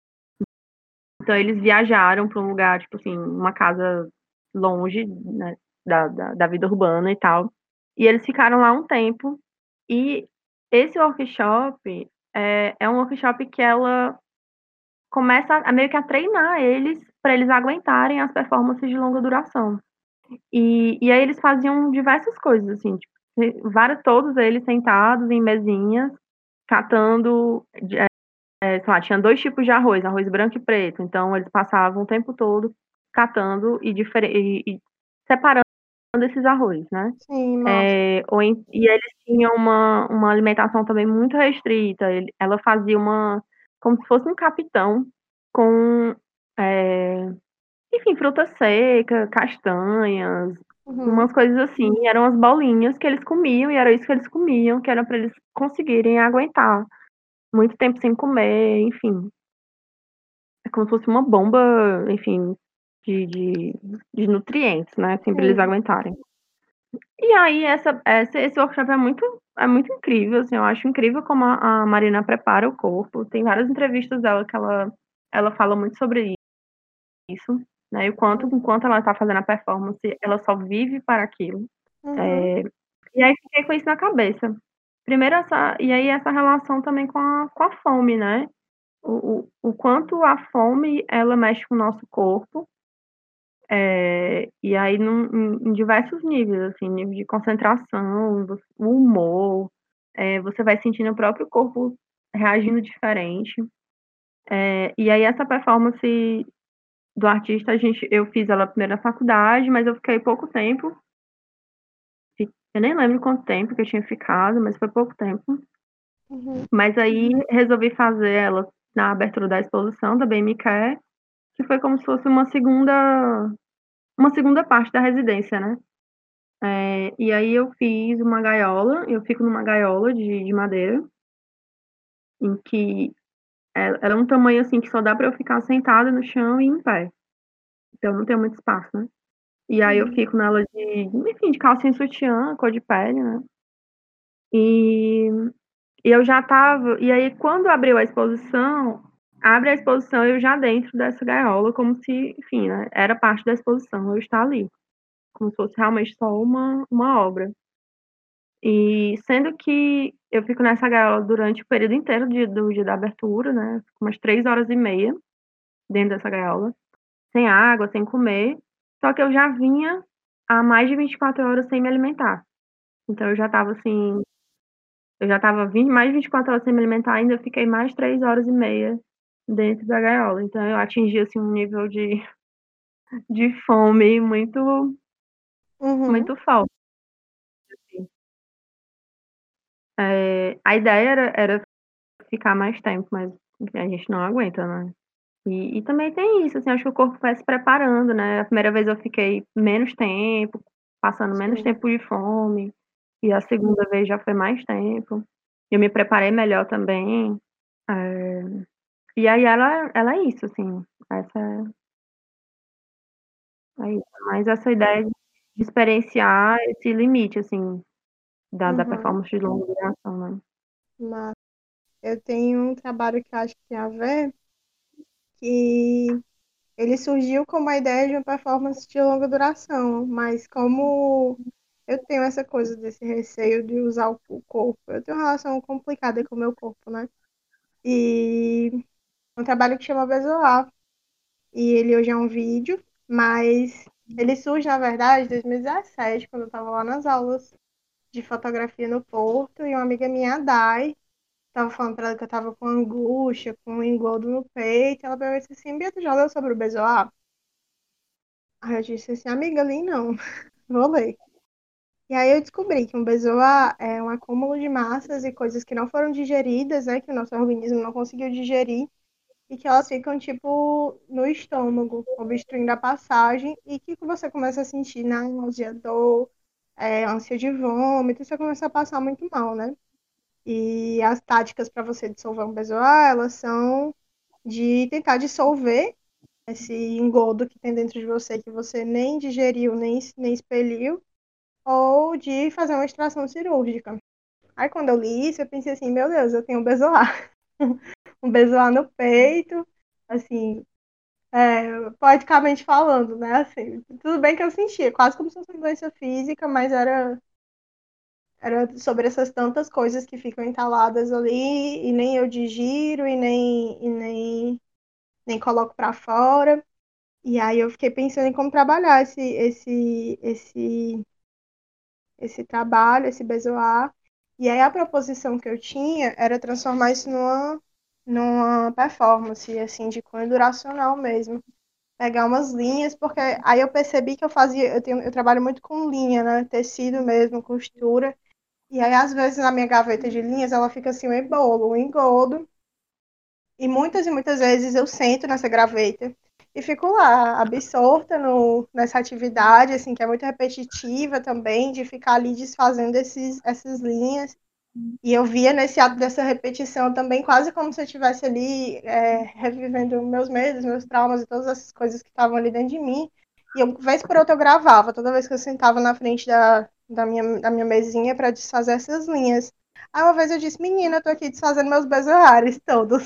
Speaker 2: Então eles viajaram pra um lugar, tipo assim, uma casa longe, né, da da da vida urbana e tal, e eles ficaram lá um tempo, e esse workshop, eh, é um workshop que ela começa a meio que a treinar eles, pra eles aguentarem as performances de longa duração. E e aí eles faziam diversas coisas, assim, tipo, vários todos eles sentados em mesinhas, catando de eh, sei lá, tinha dois tipos de arroz, arroz branco e preto, então eles passavam o tempo todo catando e diferen e e separando esses arroz, né.
Speaker 1: Sim, massa.
Speaker 2: Eh, ou en e eles tinham uma uma alimentação também muito restrita, ele ela fazia uma como se fosse um capitão com, eh, enfim, fruta seca, castanhas,
Speaker 1: Uhum.
Speaker 2: umas coisas assim, e eram as bolinhas que eles comiam e era isso que eles comiam, que era pra eles conseguirem aguentar muito tempo sem comer, enfim. É como se fosse uma bomba, enfim, de de de nutrientes, né, assim, pra eles
Speaker 1: Sim.
Speaker 2: aguentarem. E aí essa essa esse workshop é muito é muito incrível, assim, eu acho incrível como a a Marina prepara o corpo, tem várias entrevistas dela que ela ela fala muito sobre isso, né, e o quanto
Speaker 1: Hum.
Speaker 2: enquanto ela tá fazendo a performance, ela só vive para aquilo.
Speaker 1: Uhum.
Speaker 2: Eh, e aí fiquei com isso na cabeça. Primeiro essa e aí essa relação também com a com a fome, né, o o o quanto a fome ela mexe com o nosso corpo, eh, e aí num em em diversos níveis, assim, nível de concentração, vo o humor, eh, você vai sentindo o próprio corpo reagindo diferente. Eh, e aí essa performance do artista a gente eu fiz ela primeiro na faculdade, mas eu fiquei pouco tempo. Fi eu nem lembro quanto tempo que eu tinha ficado, mas foi pouco tempo.
Speaker 1: Uhum.
Speaker 2: Mas aí resolvi fazer ela na abertura da exposição da Bem Me Quer, que foi como se fosse uma segunda uma segunda parte da residência, né. Eh, e aí eu fiz uma gaiola, eu fico numa gaiola de de madeira, em que ela ela é um tamanho, assim, que só dá pra eu ficar sentada no chão e em pé, então não tem muito espaço, né. E aí eu
Speaker 1: Uhum.
Speaker 2: fico nela de enfim, de calcinha e sutiã, cor de pele, né. E e eu já estava e aí quando abriu a exposição, abre a exposição eu já dentro dessa gaiola como se, enfim, né, era parte da exposição eu estar ali, como se fosse realmente só uma uma obra. E sendo que eu fico nessa gaiola durante o período inteiro de do dia da abertura, né, fico umas três horas e meia dentro dessa gaiola. sem água, sem comer, só que eu já vinha há mais de vinte e quatro horas sem me alimentar. Então eu já estava assim, eu já estava vin mais de vinte e quatro horas sem me alimentar, ainda fiquei mais três horas e meia dentro da gaiola, então eu atingi, assim, um nível de de fome muito
Speaker 1: Uhum.
Speaker 2: muito forte, assim. Eh, a ideia era era ficar mais tempo, mas a gente não aguenta, né. E e também tem isso, assim, acho que o corpo vai se preparando, né. A primeira vez eu fiquei menos tempo, passando menos
Speaker 1: Sim.
Speaker 2: tempo de fome, e a segunda vez já foi mais tempo. Eu me preparei melhor também. Eh, e aí ela ela é isso, assim, essa é é isso, mais essa ideia de experienciar esse limite, assim, da da
Speaker 1: Uhum.
Speaker 2: performance de longa duração, né.
Speaker 1: Mas eu tenho um trabalho que eu acho que tem a ver, que ele surgiu como a ideia de uma performance de longa duração, mas como eu tenho essa coisa desse receio de usar o o corpo, eu tenho uma relação complicada com o meu corpo, né? E é um trabalho que chama Bezoar, e ele hoje é um vídeo, mas ele surge, na verdade, em dois mil e dezessete, quando eu estava lá nas aulas de fotografia no Porto, e uma amiga minha, a Dai, estava falando para ela que eu estava com angústia, com um engodo no peito, ela veio e disse assim, Bia, tu já leu sobre o Bezoar? Aí eu disse assim, amiga, li não, vou ler. E aí eu descobri que um bezoar é um acúmulo de massas e coisas que não foram digeridas, né, que o nosso organismo não conseguiu digerir, e que elas ficam, tipo, no estômago, obstruindo a passagem, e que você começa a sentir náusea, dor, é, ânsia de vômito, e você começa a passar muito mal, né? E as táticas para você dissolver um bezoar, elas são de tentar dissolver esse engodo que tem dentro de você, que você nem digeriu, nem, nem expeliu, ou de fazer uma extração cirúrgica. Aí quando eu li isso, eu pensei assim, meu Deus, eu tenho um bezoar. um bezoar no peito, assim, é, poeticamente falando, né? Assim, tudo bem que eu sentia, quase como se fosse uma doença física, mas era, era sobre essas tantas coisas que ficam entaladas ali, e nem eu digiro, e nem, e nem, nem coloco para fora. E aí eu fiquei pensando em como trabalhar esse, esse, esse, esse trabalho, esse bezoar. E aí a proposição que eu tinha era transformar isso numa, numa performance, assim, de cunho duracional mesmo. Pegar umas linhas, porque aí eu percebi que eu fazia, eu, tenho, eu trabalho muito com linha, né? Tecido mesmo, costura. E aí, às vezes, na minha gaveta de linhas, ela fica assim, um ebolo, um engodo. E muitas e muitas vezes eu sento nessa graveta e fico lá, absorta no, nessa atividade, assim, que é muito repetitiva também, de ficar ali desfazendo esses, essas linhas. E eu via nesse ato dessa repetição também, quase como se eu estivesse ali é, revivendo meus medos, meus traumas e todas essas coisas que estavam ali dentro de mim. E eu, vez por outra, eu gravava, toda vez que eu sentava na frente da, da, minha, da minha mesinha para desfazer essas linhas. Aí uma vez eu disse, menina, eu tô aqui desfazendo meus bezoares todos.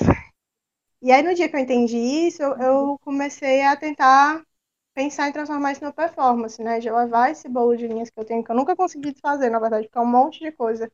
Speaker 1: E aí, no dia que eu entendi isso, eu, eu comecei a tentar pensar em transformar isso numa performance, né? De levar esse bolo de linhas que eu tenho, que eu nunca consegui desfazer, na verdade, porque é um monte de coisa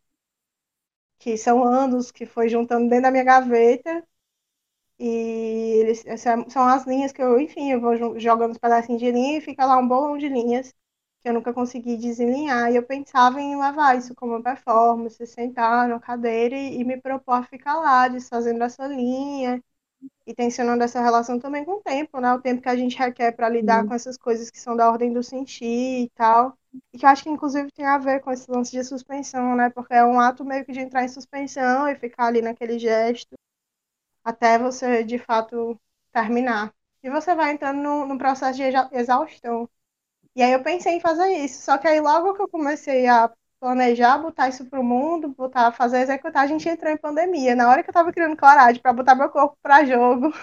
Speaker 1: que são anos que foi juntando dentro da minha gaveta. E eles, são as linhas que eu, enfim, eu vou jogando os pedacinhos de linha e fica lá um bolão de linhas que eu nunca consegui desenlinhar. E eu pensava em levar isso como uma performance, sentar na cadeira e, e me propor a ficar lá, desfazendo essa linha e tensionando essa relação também com o tempo, né? O tempo que a gente requer para lidar com
Speaker 2: Sim.
Speaker 1: essas coisas que são da ordem do sentir e tal. E que eu acho que, inclusive, tem a ver com esse lance de suspensão, né? Porque é um ato meio que de entrar em suspensão e ficar ali naquele gesto até você, de fato, terminar. E você vai entrando num, num processo de exaustão. E aí eu pensei em fazer isso. Só que aí, logo que eu comecei a planejar, botar isso pro mundo, botar, fazer, executar, a gente entrou em pandemia. Na hora que eu tava criando coragem para botar meu corpo para jogo,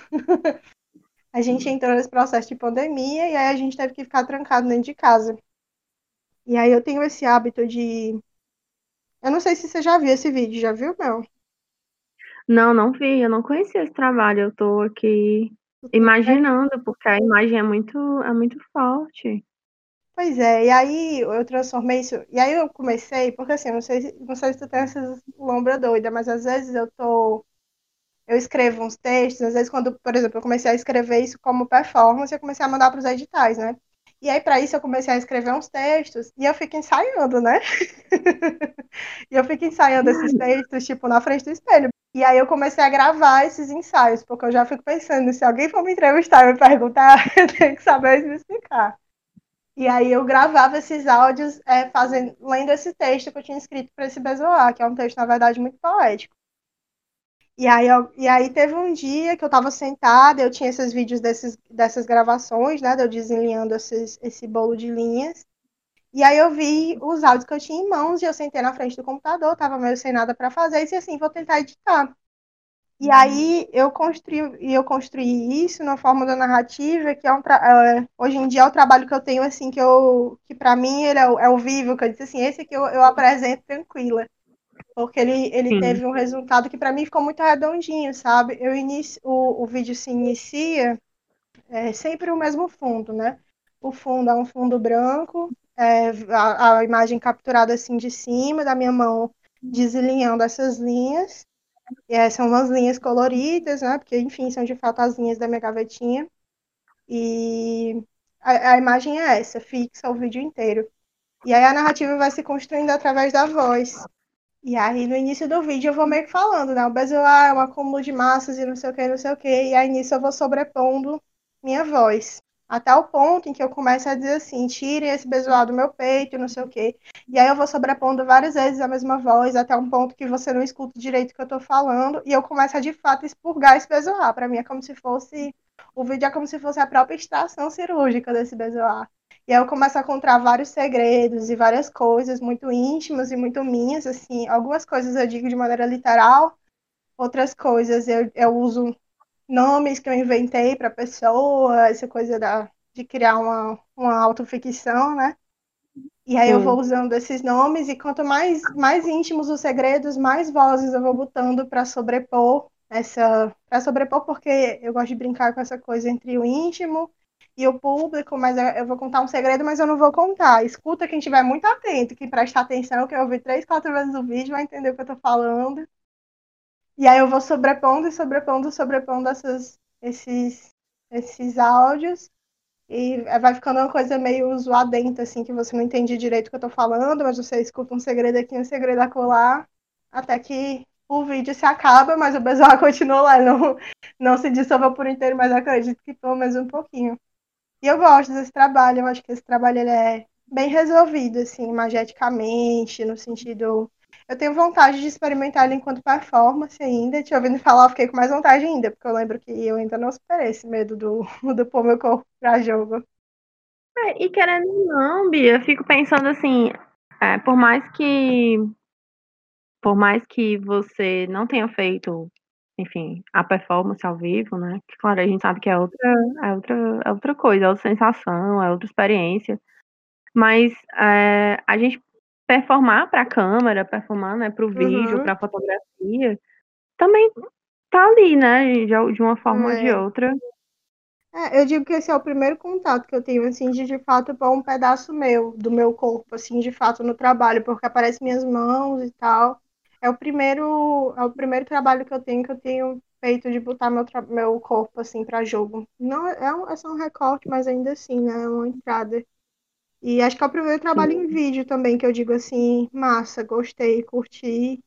Speaker 1: a gente entrou nesse processo de pandemia e aí a gente teve que ficar trancado dentro de casa. E aí eu tenho esse hábito de. Eu não sei se você já viu esse vídeo, já viu, Mel?
Speaker 2: Não, não vi, eu não conhecia esse trabalho, eu tô aqui
Speaker 1: Tu tem que.
Speaker 2: imaginando, porque a imagem é muito é muito forte.
Speaker 1: Pois é, e aí eu transformei isso. E aí eu comecei, porque assim, não sei, se- não sei se tu tem essa lombra doida, mas às vezes eu tô. eu escrevo uns textos, às vezes quando, por exemplo, eu comecei a escrever isso como performance, eu comecei a mandar para os editais, né? E aí, para isso, eu comecei a escrever uns textos e eu fico ensaiando, né? E eu fico ensaiando esses textos, tipo, na frente do espelho. E aí eu comecei a gravar esses ensaios, porque eu já fico pensando, se alguém for me entrevistar e me perguntar, eu tenho que saber me explicar. E aí eu gravava esses áudios é, fazendo, lendo esse texto que eu tinha escrito para esse Bezoar, que é um texto, na verdade, muito poético. E aí, eu, e aí teve um dia que eu estava sentada, eu tinha esses vídeos desses, dessas gravações, né, de eu desenhando esses, esse bolo de linhas. E aí eu vi os áudios que eu tinha em mãos e eu sentei na frente do computador, estava meio sem nada para fazer, e disse assim, vou tentar editar. E aí eu construí, e eu construí isso na forma da narrativa, que é um tra... hoje em dia é o trabalho que eu tenho, assim, que eu que para mim ele é o, é o vivo, que eu disse assim, esse aqui eu, eu apresento tranquila. Porque ele, ele
Speaker 2: Sim,
Speaker 1: teve um resultado que para mim ficou muito redondinho, sabe? Eu inicio, o, o vídeo se inicia é sempre o mesmo fundo, né? O fundo é um fundo branco, é, a, a imagem capturada assim de cima da minha mão, desalinhando essas linhas. E é, são umas linhas coloridas, né? Porque, enfim, são de fato as linhas da minha gavetinha. E a, a imagem é essa, fixa o vídeo inteiro. E aí a narrativa vai se construindo através da voz. E aí, no início do vídeo, eu vou meio que falando, né? O basilar é um acúmulo de massas e não sei o que, não sei o que. E aí, nisso, eu vou sobrepondo minha voz. Até o ponto em que eu começo a dizer assim, tirem esse basilar do meu peito, não sei o que. E aí, eu vou sobrepondo várias vezes a mesma voz, até um ponto que você não escuta direito o que eu tô falando. E eu começo a, de fato, expurgar esse basilar. Para mim, é como se fosse... O vídeo é como se fosse a própria extração cirúrgica desse basilar. E aí eu começo a contar vários segredos e várias coisas muito íntimas e muito minhas, assim. Algumas coisas eu digo de maneira literal, outras coisas eu, eu uso nomes que eu inventei para a pessoa, essa coisa da, de criar uma, uma autoficção, né? E aí eu vou
Speaker 2: sim.
Speaker 1: usando esses nomes e quanto mais, mais íntimos os segredos, mais vozes eu vou botando para sobrepor essa, para sobrepor porque eu gosto de brincar com essa coisa entre o íntimo e o público, mas eu vou contar um segredo, mas eu não vou contar. Escuta quem estiver muito atento, quem presta atenção, que eu ouvir três, quatro vezes o vídeo, vai entender o que eu estou falando. E aí eu vou sobrepondo e sobrepondo, sobrepondo essas, esses, esses áudios. E vai ficando uma coisa meio zoadenta, assim, que você não entende direito o que eu tô falando, mas você escuta um segredo aqui, um segredo acolá, até que o vídeo se acaba, mas o pessoal continua lá, não, não se dissolva por inteiro, mas acredito que pelo menos um pouquinho. E eu gosto desse trabalho, eu acho que esse trabalho ele é bem resolvido, assim, imageticamente, no sentido. Eu tenho vontade de experimentar ele enquanto performance ainda. Te ouvindo falar, eu fiquei com mais vontade ainda, porque eu lembro que eu ainda não superei esse medo do, do pôr meu corpo pra jogo.
Speaker 2: É, e querendo ou não, Bia, eu fico pensando assim, é, por mais que por mais que você não tenha feito, enfim, a performance ao vivo, né? Que claro, a gente sabe que é outra, é outra, é outra coisa, é outra sensação, é outra experiência. Mas é, a gente performar para a câmera, performar, né, para o vídeo,
Speaker 1: Uhum.
Speaker 2: para a fotografia, também tá ali, né? De, de uma forma ou de
Speaker 1: É.
Speaker 2: outra.
Speaker 1: É, eu digo que esse é o primeiro contato que eu tenho, assim, de de fato pôr um pedaço meu, do meu corpo, assim, de fato no trabalho, porque aparecem minhas mãos e tal. É o primeiro, é o primeiro trabalho que eu tenho que eu tenho feito de botar meu, tra- meu corpo, assim, para jogo. Não, é, um, é só um recorte, mas ainda assim, né, é uma entrada. E acho que é o primeiro trabalho em
Speaker 2: Sim.
Speaker 1: vídeo também, que eu digo assim, massa, gostei, curti.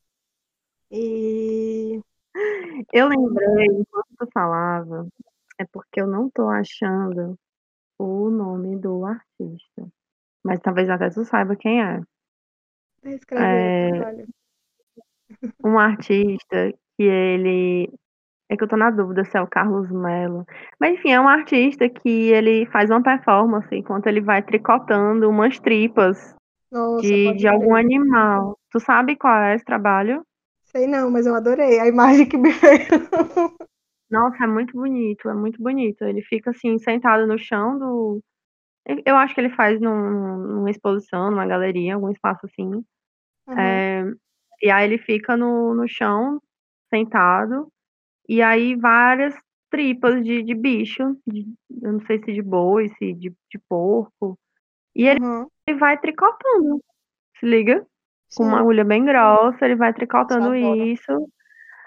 Speaker 1: E.
Speaker 2: Eu lembrei, enquanto tu falava, é porque eu não tô achando o nome do artista. Mas talvez até tu saiba quem é.
Speaker 1: Escrever o
Speaker 2: É
Speaker 1: trabalho.
Speaker 2: um artista que ele é que eu tô na dúvida se é o Carlos Melo. Mas enfim, é um artista que ele faz uma performance enquanto ele vai tricotando umas tripas
Speaker 1: Nossa,
Speaker 2: de,
Speaker 1: pode
Speaker 2: de algum
Speaker 1: crer.
Speaker 2: animal. Tu sabe qual é esse trabalho?
Speaker 1: Sei não, mas eu adorei a imagem que me veio.
Speaker 2: Nossa, é muito bonito, é muito bonito. Ele fica assim, sentado no chão do. Eu acho que ele faz num- numa exposição, numa galeria, algum espaço assim.
Speaker 1: Aham,
Speaker 2: É, e aí ele fica no, no chão, sentado, e aí várias tripas de, de bicho, de- eu não sei se de boi, se de, de porco. E ele
Speaker 1: aham.
Speaker 2: vai tricotando, se liga? Com uma
Speaker 1: Sim,
Speaker 2: agulha bem grossa, ele vai
Speaker 1: nossa, eu
Speaker 2: tricotando
Speaker 1: adoro.
Speaker 2: isso.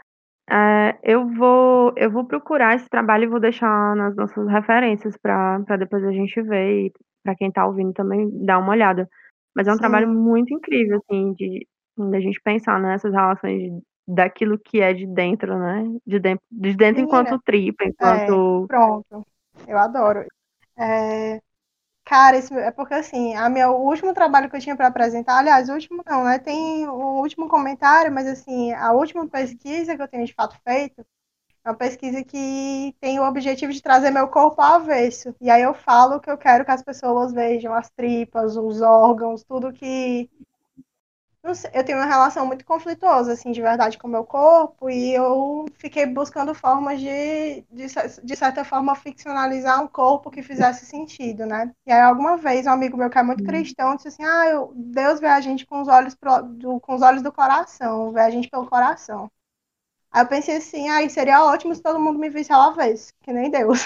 Speaker 2: Eh, eu vou eu vou procurar esse trabalho e vou deixar nas nossas referências pra pra depois a gente ver e pra quem tá ouvindo também dar uma olhada. Mas é um trabalho
Speaker 1: Sim.
Speaker 2: muito incrível, assim, de da gente pensar nessas relações daquilo que é de dentro, né, de dentro de dentro
Speaker 1: Menina
Speaker 2: enquanto tripa,
Speaker 1: é,
Speaker 2: enquanto
Speaker 1: pronto, eu adoro. Eh, cara, isso é porque, assim, a meu o último trabalho que eu tinha pra apresentar aliás, o último não, né, tem o último comentário, mas, assim, a última pesquisa que eu tenho de fato feito, é uma pesquisa que tem o objetivo de trazer meu corpo ao avesso. E aí eu falo que eu quero que as pessoas vejam as tripas, os órgãos, tudo que não sei, eu tenho uma relação muito conflituosa, assim, de verdade com o meu corpo, e eu fiquei buscando formas de, de, de certa forma, ficcionalizar um corpo que fizesse sentido, né? E aí, alguma vez, um amigo meu que é muito cristão disse assim: ah, eu, Deus vê a gente com os olhos pro, do, com os olhos do coração, vê a gente pelo coração. Aí eu pensei assim: ah, seria ótimo se todo mundo me visse ao avesso, que nem Deus.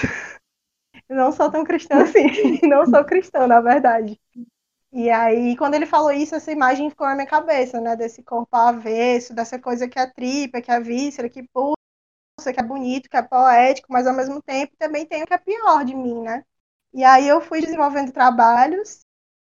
Speaker 1: Eu não sou tão cristã assim, não sou cristã, na verdade. E aí, quando ele falou isso, essa imagem ficou na minha cabeça, né? Desse corpo avesso, dessa coisa que é tripa, que é víscera, que pulsa, que é bonito, que é poético, mas ao mesmo tempo também tem o que é pior de mim, né? E aí eu fui desenvolvendo trabalhos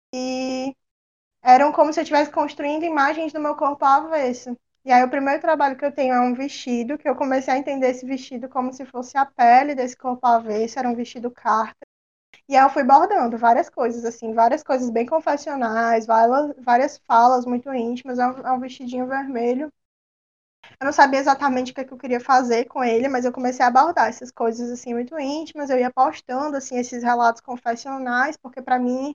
Speaker 1: e eram como se eu estivesse construindo imagens do meu corpo avesso. E aí o primeiro trabalho que eu tenho é um vestido, que eu comecei a entender esse vestido como se fosse a pele desse corpo avesso, era um vestido carta. E aí eu fui bordando várias coisas, assim, várias coisas bem confessionais, várias, várias falas muito íntimas. É um, é um vestidinho vermelho. Eu não sabia exatamente o que, é que eu queria fazer com ele, mas eu comecei a abordar essas coisas, assim, muito íntimas. Eu ia postando, assim, esses relatos confessionais, porque para mim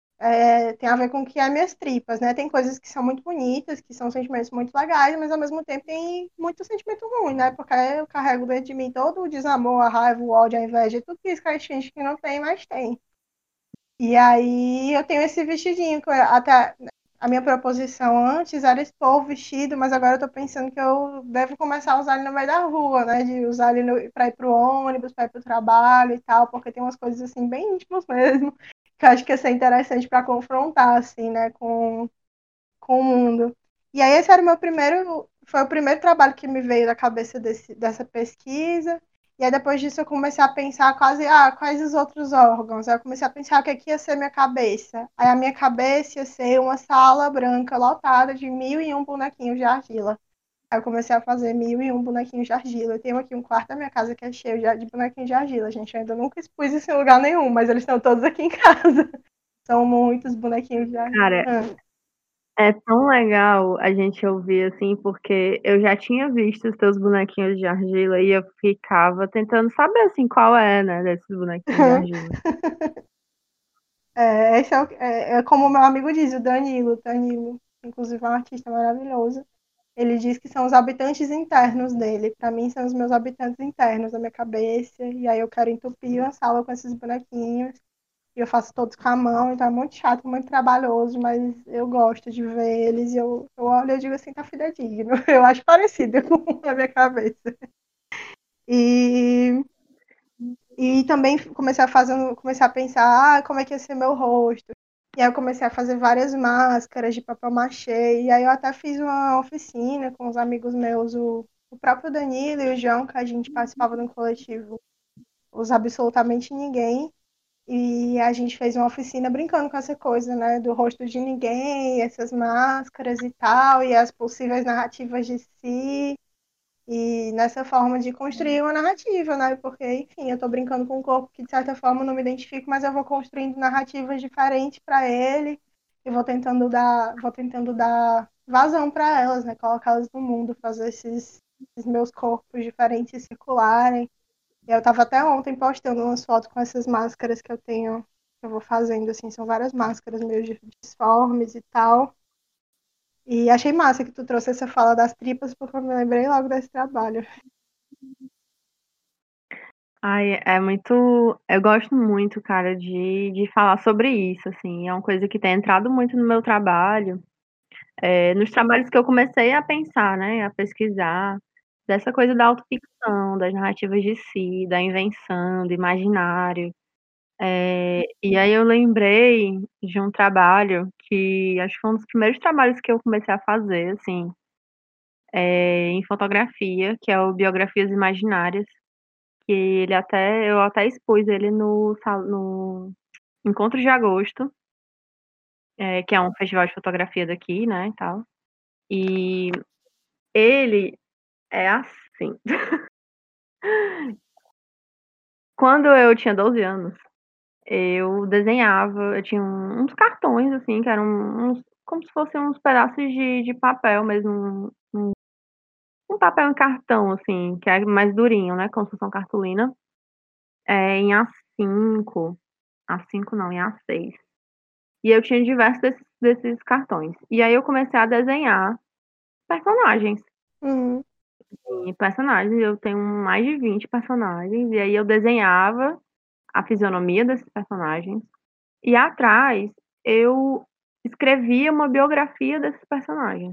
Speaker 1: é, tem a ver com o que é minhas tripas, né? Tem coisas que são muito bonitas, que são sentimentos muito legais, mas ao mesmo tempo tem muito sentimento ruim, né? Porque eu carrego dentro de mim todo o desamor, a raiva, o ódio, a inveja, tudo isso que a gente finge que não tem, mas tem. E aí eu tenho esse vestidinho, que eu, até a minha proposição antes era expor o vestido, mas agora eu tô pensando que eu devo começar a usar ele no meio da rua, né? De usar ele para ir pro ônibus, para ir pro trabalho e tal, porque tem umas coisas assim bem íntimas mesmo, que eu acho que ia ser interessante para confrontar, assim, né, com, com o mundo. E aí esse era o meu primeiro, foi o primeiro trabalho que me veio da cabeça desse, dessa pesquisa. E aí depois disso eu comecei a pensar quase, ah, quais os outros órgãos. Aí eu comecei a pensar o que, é que ia ser minha cabeça. Aí a minha cabeça ia ser uma sala branca lotada de mil e um bonequinhos de argila. Aí eu comecei a fazer mil e um bonequinhos de argila. Eu tenho aqui um quarto da minha casa que é cheio de, de bonequinhos de argila, gente. Eu ainda nunca expus isso em lugar nenhum, mas eles estão todos aqui em casa. São muitos bonequinhos de argila.
Speaker 2: cara,
Speaker 1: Ah.
Speaker 2: é tão legal a gente ouvir, assim, porque eu já tinha visto os teus bonequinhos de argila e eu ficava tentando saber, assim, qual é, né, desses bonequinhos de argila.
Speaker 1: É, esse é, o- é, é como o meu amigo diz, o Danilo. Danilo, inclusive, é um artista maravilhoso. Ele diz que são os habitantes internos dele. Para mim, são os meus habitantes internos da minha cabeça. E aí eu quero entupir uma sala com esses bonequinhos. E eu faço todos com a mão, então é muito chato, muito trabalhoso, mas eu gosto de ver eles. E eu, eu olho e digo assim, tá fidedigno. Eu acho parecido com a minha cabeça. E E também comecei a fazer, comecei a pensar, ah, como é que ia ser meu rosto. E aí eu comecei a fazer várias máscaras de papel machê. E aí eu até fiz uma oficina com os amigos meus, o, o próprio Danilo e o João, que a gente participava de um coletivo, Os Absolutamente Ninguém. E a gente fez uma oficina brincando com essa coisa, né, do rosto de ninguém, essas máscaras e tal, e as possíveis narrativas de si. E nessa forma de construir uma narrativa, né? Porque, enfim, eu estou brincando com um corpo que, de certa forma, eu não me identifico, mas eu vou construindo narrativas diferentes para ele e vou tentando dar, vou tentando dar vazão para elas, né? Colocá-las no mundo, fazer esses, esses meus corpos diferentes circularem. E eu estava até ontem postando umas fotos com essas máscaras que eu tenho, que eu vou fazendo, assim, são várias máscaras meio disformes e tal. E achei massa que tu trouxe essa fala das tripas, porque eu me lembrei logo desse trabalho.
Speaker 2: Ai, é muito eu gosto muito, cara, de de falar sobre isso, assim, é uma coisa que tem entrado muito no meu trabalho, eh, nos trabalhos que eu comecei a pensar, né, a pesquisar, dessa coisa da autoficção, das narrativas de si, da invenção, do imaginário. Eh, e aí eu lembrei de um trabalho que acho que foi um dos primeiros trabalhos que eu comecei a fazer, assim, eh, em fotografia, que é o Biografias Imaginárias, que ele até eu até expus ele no sal no Encontros de Agosto, eh, que é um festival de fotografia daqui, né, e tal. E ele é assim. Quando eu tinha doze anos, eu desenhava, eu tinha um uns cartões, assim, que eram uns como se fossem uns pedaços de de papel mesmo, um um um papel em cartão, assim, que é mais durinho, né, como se fosse uma cartolina, eh, em A cinco, A cinco não, em A seis. E eu tinha diversos desses desses cartões. E aí eu comecei a desenhar personagens.
Speaker 1: Uhum.
Speaker 2: Sim, personagens, eu tenho mais de vinte personagens, e aí eu desenhava a fisionomia desses personagens, e atrás eu escrevia uma biografia desses personagens.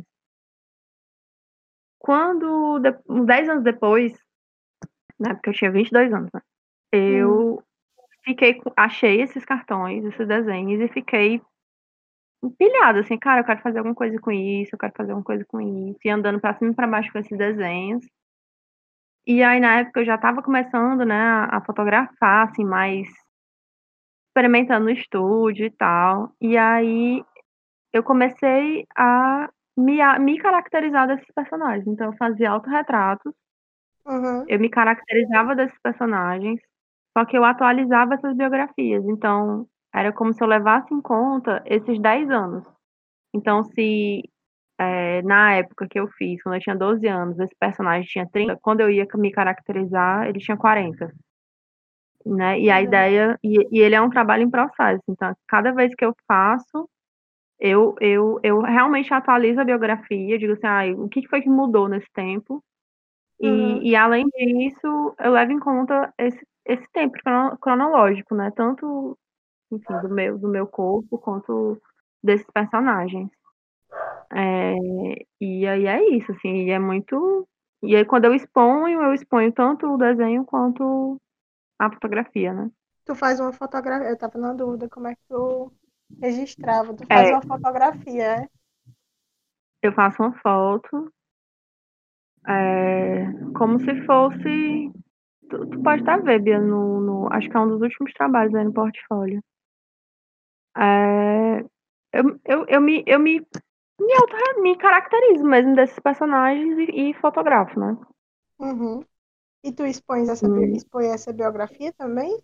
Speaker 2: Quando de uns dez anos depois, né, porque eu tinha vinte e dois anos, né,
Speaker 1: Hum.
Speaker 2: eu fiquei com achei esses cartões, esses desenhos e fiquei pilhada, assim: "Cara, eu quero fazer alguma coisa com isso, eu quero fazer alguma coisa com isso", e andando pra cima e pra baixo com esses desenhos. E aí, na época, eu já estava começando, né, a a fotografar, assim, mais experimentando no estúdio e tal. E aí eu comecei a me a me caracterizar desses personagens. Então eu fazia autorretratos,
Speaker 1: Uhum.
Speaker 2: eu me caracterizava desses personagens, só que eu atualizava essas biografias. Então era como se eu levasse em conta esses dez anos. Então se, eh, na época que eu fiz, quando eu tinha doze anos, esse personagem tinha trinta, quando eu ia me caracterizar, ele tinha quarenta. Né, e a
Speaker 1: Uhum.
Speaker 2: ideia e e ele é um trabalho em processo, então cada vez que eu faço, eu eu eu realmente atualizo a biografia, digo assim: "Ai, o que que foi que mudou nesse tempo?".
Speaker 1: Uhum.
Speaker 2: E e além disso, eu levo em conta esse esse tempo crono cronológico, né, tanto, enfim, do meu do meu corpo, quanto desses personagens. Eh, e aí é isso, assim, e é muito e aí quando eu exponho, eu exponho tanto o desenho quanto a fotografia, né.
Speaker 1: Tu faz uma fotogra eu estava na dúvida como é que tu registrava. Tu faz
Speaker 2: É,
Speaker 1: uma fotografia, é?
Speaker 2: eu faço uma foto, eh, como se fosse tu tu pode até ver, Bia, no no acho que é um dos últimos trabalhos aí no portfólio. Eh, eu eu eu me eu me me auto me caracterizo mesmo desses personagens e e fotografo, né.
Speaker 1: Uhum. E tu expões essa bi
Speaker 2: Hum.
Speaker 1: expõe essa biografia também?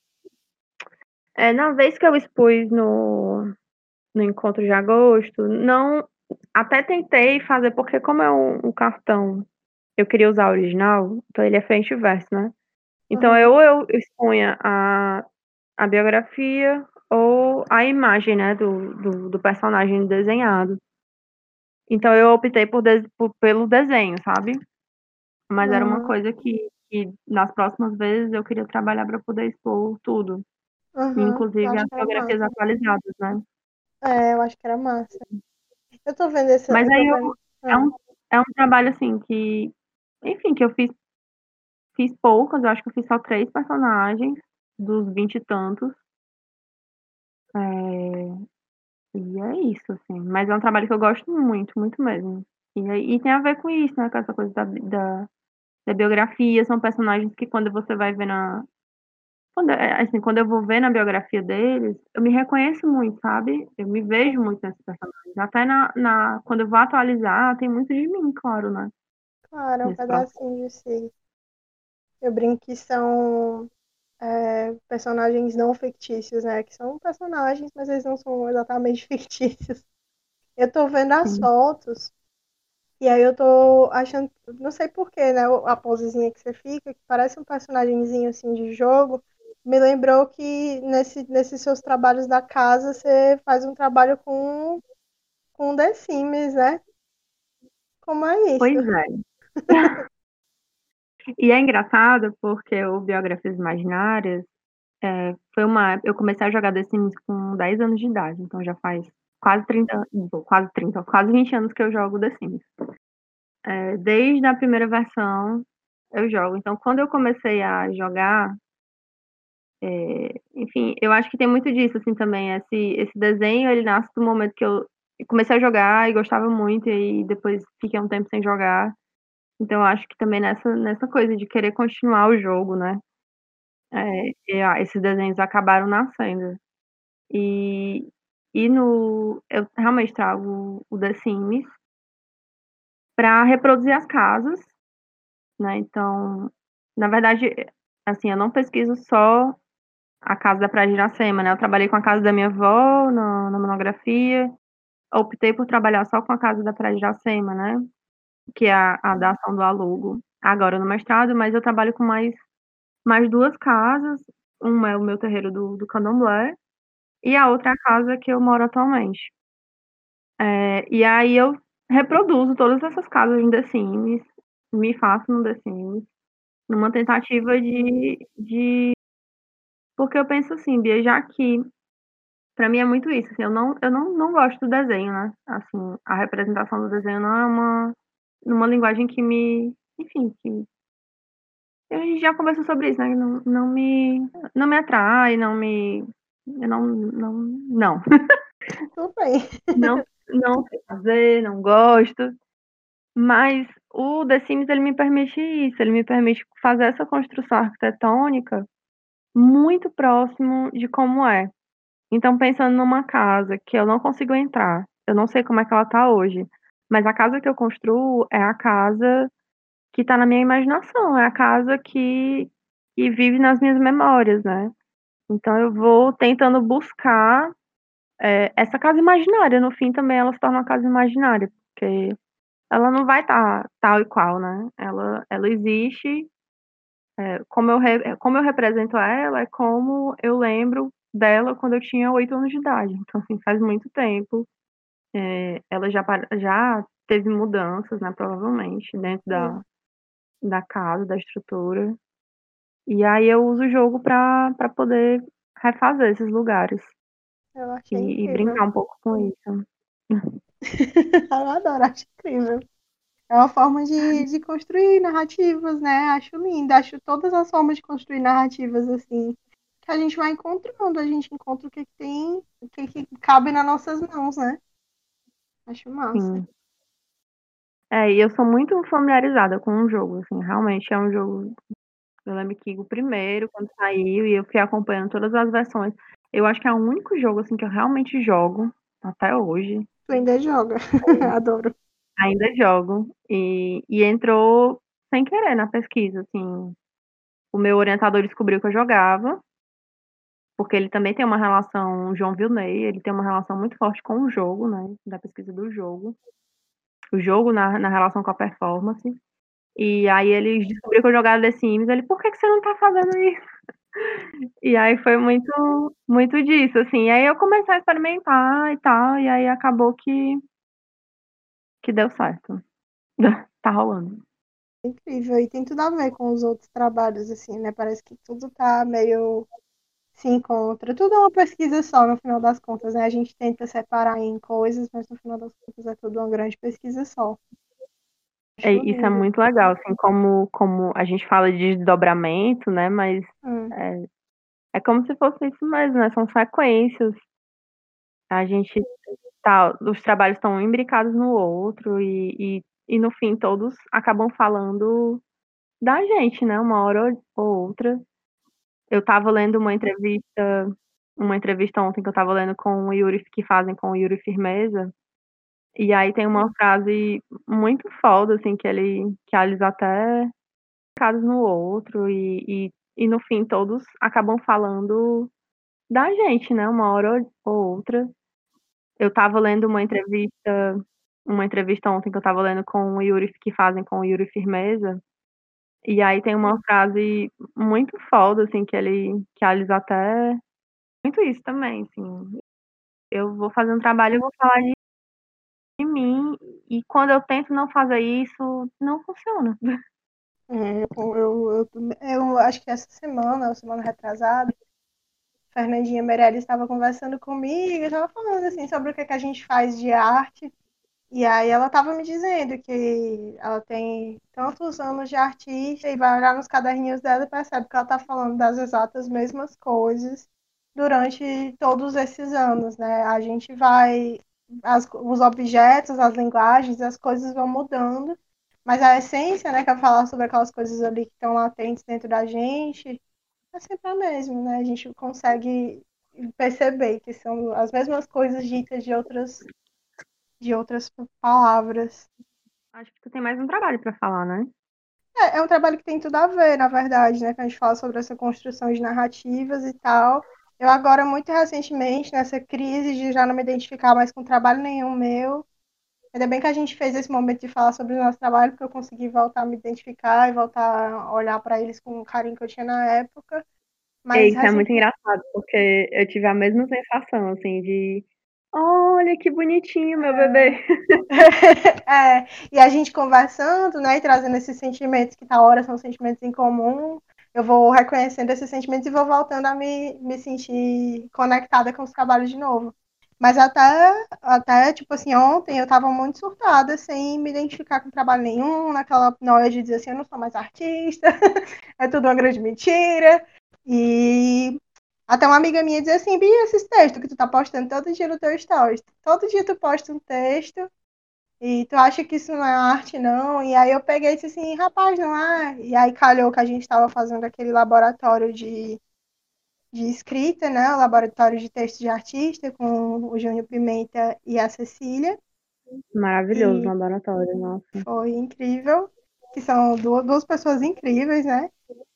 Speaker 2: É, na vez que eu expus no no Encontro de Agosto, não até tentei fazer, porque como é um um cartão, eu queria usar o original, então ele é frente e verso, né. Então
Speaker 1: Uhum.
Speaker 2: ou eu expunha a a biografia ou a imagem, né, do do do personagem desenhado. Então eu optei por des por pelo desenho, sabe. Mas era uma
Speaker 1: Uhum.
Speaker 2: coisa que que nas próximas vezes eu queria trabalhar pra poder expor tudo,
Speaker 1: Uhum. Eu
Speaker 2: inclusive
Speaker 1: acho
Speaker 2: as
Speaker 1: que era
Speaker 2: biografias
Speaker 1: massa.
Speaker 2: atualizadas, né.
Speaker 1: É, eu acho que era massa. Eu tô vendo esse
Speaker 2: Mas
Speaker 1: eu
Speaker 2: aí
Speaker 1: tô
Speaker 2: eu
Speaker 1: vendo
Speaker 2: é
Speaker 1: hã.
Speaker 2: um é um trabalho, assim, que, enfim, que eu fiz fiz poucas, eu acho que eu fiz só três personagens dos vinte e tantos. Eh, e é isso, assim, mas é um trabalho que eu gosto muito, muito mesmo. E aí e tem a ver com isso, né, com essa coisa da bi da da biografia, são personagens que quando você vai ver na quando é assim, quando eu vou ver na biografia deles, eu me reconheço muito, sabe. Eu me vejo
Speaker 1: Uhum.
Speaker 2: muito nesses personagens, até na na quando eu vou atualizar, tem muito de mim, claro, né,
Speaker 1: Claro, é um
Speaker 2: nesse processo.
Speaker 1: pedacinho de si. Eu brinco que são, eh, personagens não fictícios, né, que são personagens, mas eles não são exatamente fictícios. Eu tô vendo as
Speaker 2: Sim.
Speaker 1: fotos, e aí eu tô achando não sei porquê, né, o a posezinha que você fica, que parece um personagenzinho, assim, de jogo, me lembrou que nesse nesses seus trabalhos da casa, você faz um trabalho com com The Sims, né. Como é isso?
Speaker 2: Pois é. E é engraçado, porque o Biografias Imaginárias, eh, foi uma eu comecei a jogar The Sims com dez anos de idade, então já faz quase trinta an quase trinta, quase vinte anos que eu jogo The Sims. Eh, desde a primeira versão eu jogo, então quando eu comecei a jogar eh, enfim, eu acho que tem muito disso, assim, também, esse esse desenho ele nasce do momento que eu e comecei a jogar e gostava muito, e aí depois fiquei um tempo sem jogar. Então eu acho que também nessa nessa coisa de querer continuar o jogo, né, eh, e a esses desenhos acabaram nascendo. E e no eu realmente trago o The Sims pra reproduzir as casas, né, então, na verdade, assim, eu não pesquiso só a casa da Praia de Iracema, né, eu trabalhei com a casa da minha avó na na monografia, optei por trabalhar só com a casa da Praia de Iracema, né, que é a a da ação do alugo, agora no mestrado, mas eu trabalho com mais mais duas casas, uma é o meu terreiro do do candomblé, e a outra é a casa que eu moro atualmente. Eh, e aí eu reproduzo todas essas casas em The Sims, me faço no The Sims, numa tentativa de de porque eu penso assim, Bia, já que pra mim é muito isso, assim, eu não eu não não gosto do desenho, né, assim, a representação do desenho não é uma numa linguagem que me enfim, que a gente já conversou sobre isso, né, não não me não me atrai, não me eu não não não.
Speaker 1: Tudo bem.
Speaker 2: Não não sei fazer, não gosto, mas o The Sims ele me permite isso, ele me permite fazer essa construção arquitetônica muito próximo de como é. Então pensando numa casa que eu não consigo entrar, eu não sei como é que ela tá hoje, mas a casa que eu construo é a casa que tá na minha imaginação, é a casa que que vive nas minhas memórias, né. Então eu vou tentando buscar, eh, essa casa imaginária, no fim também ela se torna uma casa imaginária, porque ela não vai estar tal e qual, né, ela ela existe, eh, como eu re como eu represento ela, é como eu lembro dela quando eu tinha oito anos de idade, então assim, faz muito tempo, eh, ela já pa já teve mudanças, né, provavelmente dentro
Speaker 1: Sim,
Speaker 2: da da casa, da estrutura, e aí eu uso o jogo pra pra poder refazer esses lugares,
Speaker 1: eu achei
Speaker 2: e e
Speaker 1: incrível.
Speaker 2: brincar um pouco com isso.
Speaker 1: Eu adoro, acho incrível. É uma forma de de construir narrativas, né, acho lindo, acho todas as formas de construir narrativas, assim, que a gente vai encontrando, a gente encontra o que que tem, o que que cabe nas nossas mãos, né. Acho massa.
Speaker 2: Sim. É, e eu sou muito familiarizada com o jogo, assim, realmente é um jogo eu lembro que o primeiro, quando saiu, e eu fui acompanhando todas as versões, eu acho que é o único jogo, assim, que eu realmente jogo, até hoje.
Speaker 1: Tu ainda joga? Adoro.
Speaker 2: Ainda jogo, e e entrou sem querer na pesquisa, assim, o meu orientador descobriu que eu jogava, porque ele também tem uma relação João Vilney, ele tem uma relação muito forte com o jogo, né, da pesquisa do jogo. O jogo na na relação com a performance. E aí ele descobriu que eu jogava The Sims, ele: "Por que que você não tá fazendo isso?". E aí foi muito muito disso, assim, e aí eu comecei a experimentar e tal, e aí acabou que que deu certo. Tá rolando.
Speaker 1: Incrível, e tem tudo a ver com os outros trabalhos, assim, né, parece que tudo tá meio se encontra, tudo é uma pesquisa só no final das contas, né, a gente tenta separar em coisas, mas no final das contas é tudo uma grande pesquisa só.
Speaker 2: É,
Speaker 1: Acho
Speaker 2: isso é
Speaker 1: lindo.
Speaker 2: muito legal, assim, como como a gente fala de desdobramento, né, mas,
Speaker 1: Hum,
Speaker 2: é é como se fosse isso mesmo, né, são sequências. A gente tá os trabalhos estão imbricados no outro e e e no fim todos acabam falando da gente, né, uma hora ou outra. Eu estava lendo uma entrevista uma entrevista ontem que eu estava lendo com o Yuri que fazem com o Yuri Firmeza, e aí tem uma frase muito foda, assim, que ele que eles até focados no outro e e e no fim todos acabam falando da gente, né, uma hora ou outra. Eu estava lendo uma entrevista uma entrevista ontem que eu estava lendo com o Yuri que fazem com o Yuri Firmeza, e aí tem uma frase muito foda, assim, que ele que eles até muito isso também, assim, eu vou fazer um trabalho, eu vou falar de de mim, e quando eu tento não fazer isso, não funciona.
Speaker 1: é, eu eu eu eu acho que essa semana ou semana retrasada, Fernandinha Meirelles estava conversando comigo, estava falando, assim, sobre o que que a gente faz de arte. E aí ela estava me dizendo que ela tem tantos anos de artista e vai olhar nos caderninhos dela e percebe que ela está falando das exatas mesmas coisas durante todos esses anos, né? A gente vai as, os objetos, as linguagens, as coisas vão mudando, mas a essência, né, que é falar sobre aquelas coisas ali que estão latentes dentro da gente, é sempre a mesma, né? A gente consegue perceber que são as mesmas coisas ditas de outras, de outras palavras.
Speaker 2: Acho que tu tem mais um trabalho pra falar, né?
Speaker 1: É, é um trabalho que tem tudo a ver, na verdade, né? Que a gente fala sobre essa construção de narrativas e tal. Eu agora, muito recentemente, nessa crise de já não me identificar mais com trabalho nenhum meu, ainda bem que a gente fez esse momento de falar sobre o nosso trabalho, porque eu consegui voltar a me identificar e voltar a olhar para eles com o carinho que eu tinha na época. Mas
Speaker 2: Isso é muito
Speaker 1: recentemente.
Speaker 2: engraçado, porque eu tive a mesma sensação, assim, de olha que bonitinho meu bebê.
Speaker 1: É, e a gente conversando, né, e trazendo esses sentimentos que tá hora são sentimentos em comum, eu vou reconhecendo esses sentimentos e vou voltando a me, me sentir conectada com os trabalhos de novo. Mas até, até, tipo assim, ontem eu tava muito surtada, sem me identificar com trabalho nenhum, naquela noia de dizer assim, eu não sou mais artista, é tudo uma grande mentira. E até uma amiga minha dizia assim, Bia, esses textos que tu tá postando todo dia no teu stories, todo dia tu posta um texto e tu acha que isso não é arte, não? E aí eu peguei e disse assim, rapaz, não é? E aí calhou que a gente estava fazendo aquele laboratório de, de escrita, né? O laboratório de texto de artista com o Júnior Pimenta e a Cecília.
Speaker 2: Maravilhoso
Speaker 1: E
Speaker 2: laboratório, nossa.
Speaker 1: foi incrível, que são duas, duas pessoas incríveis, né?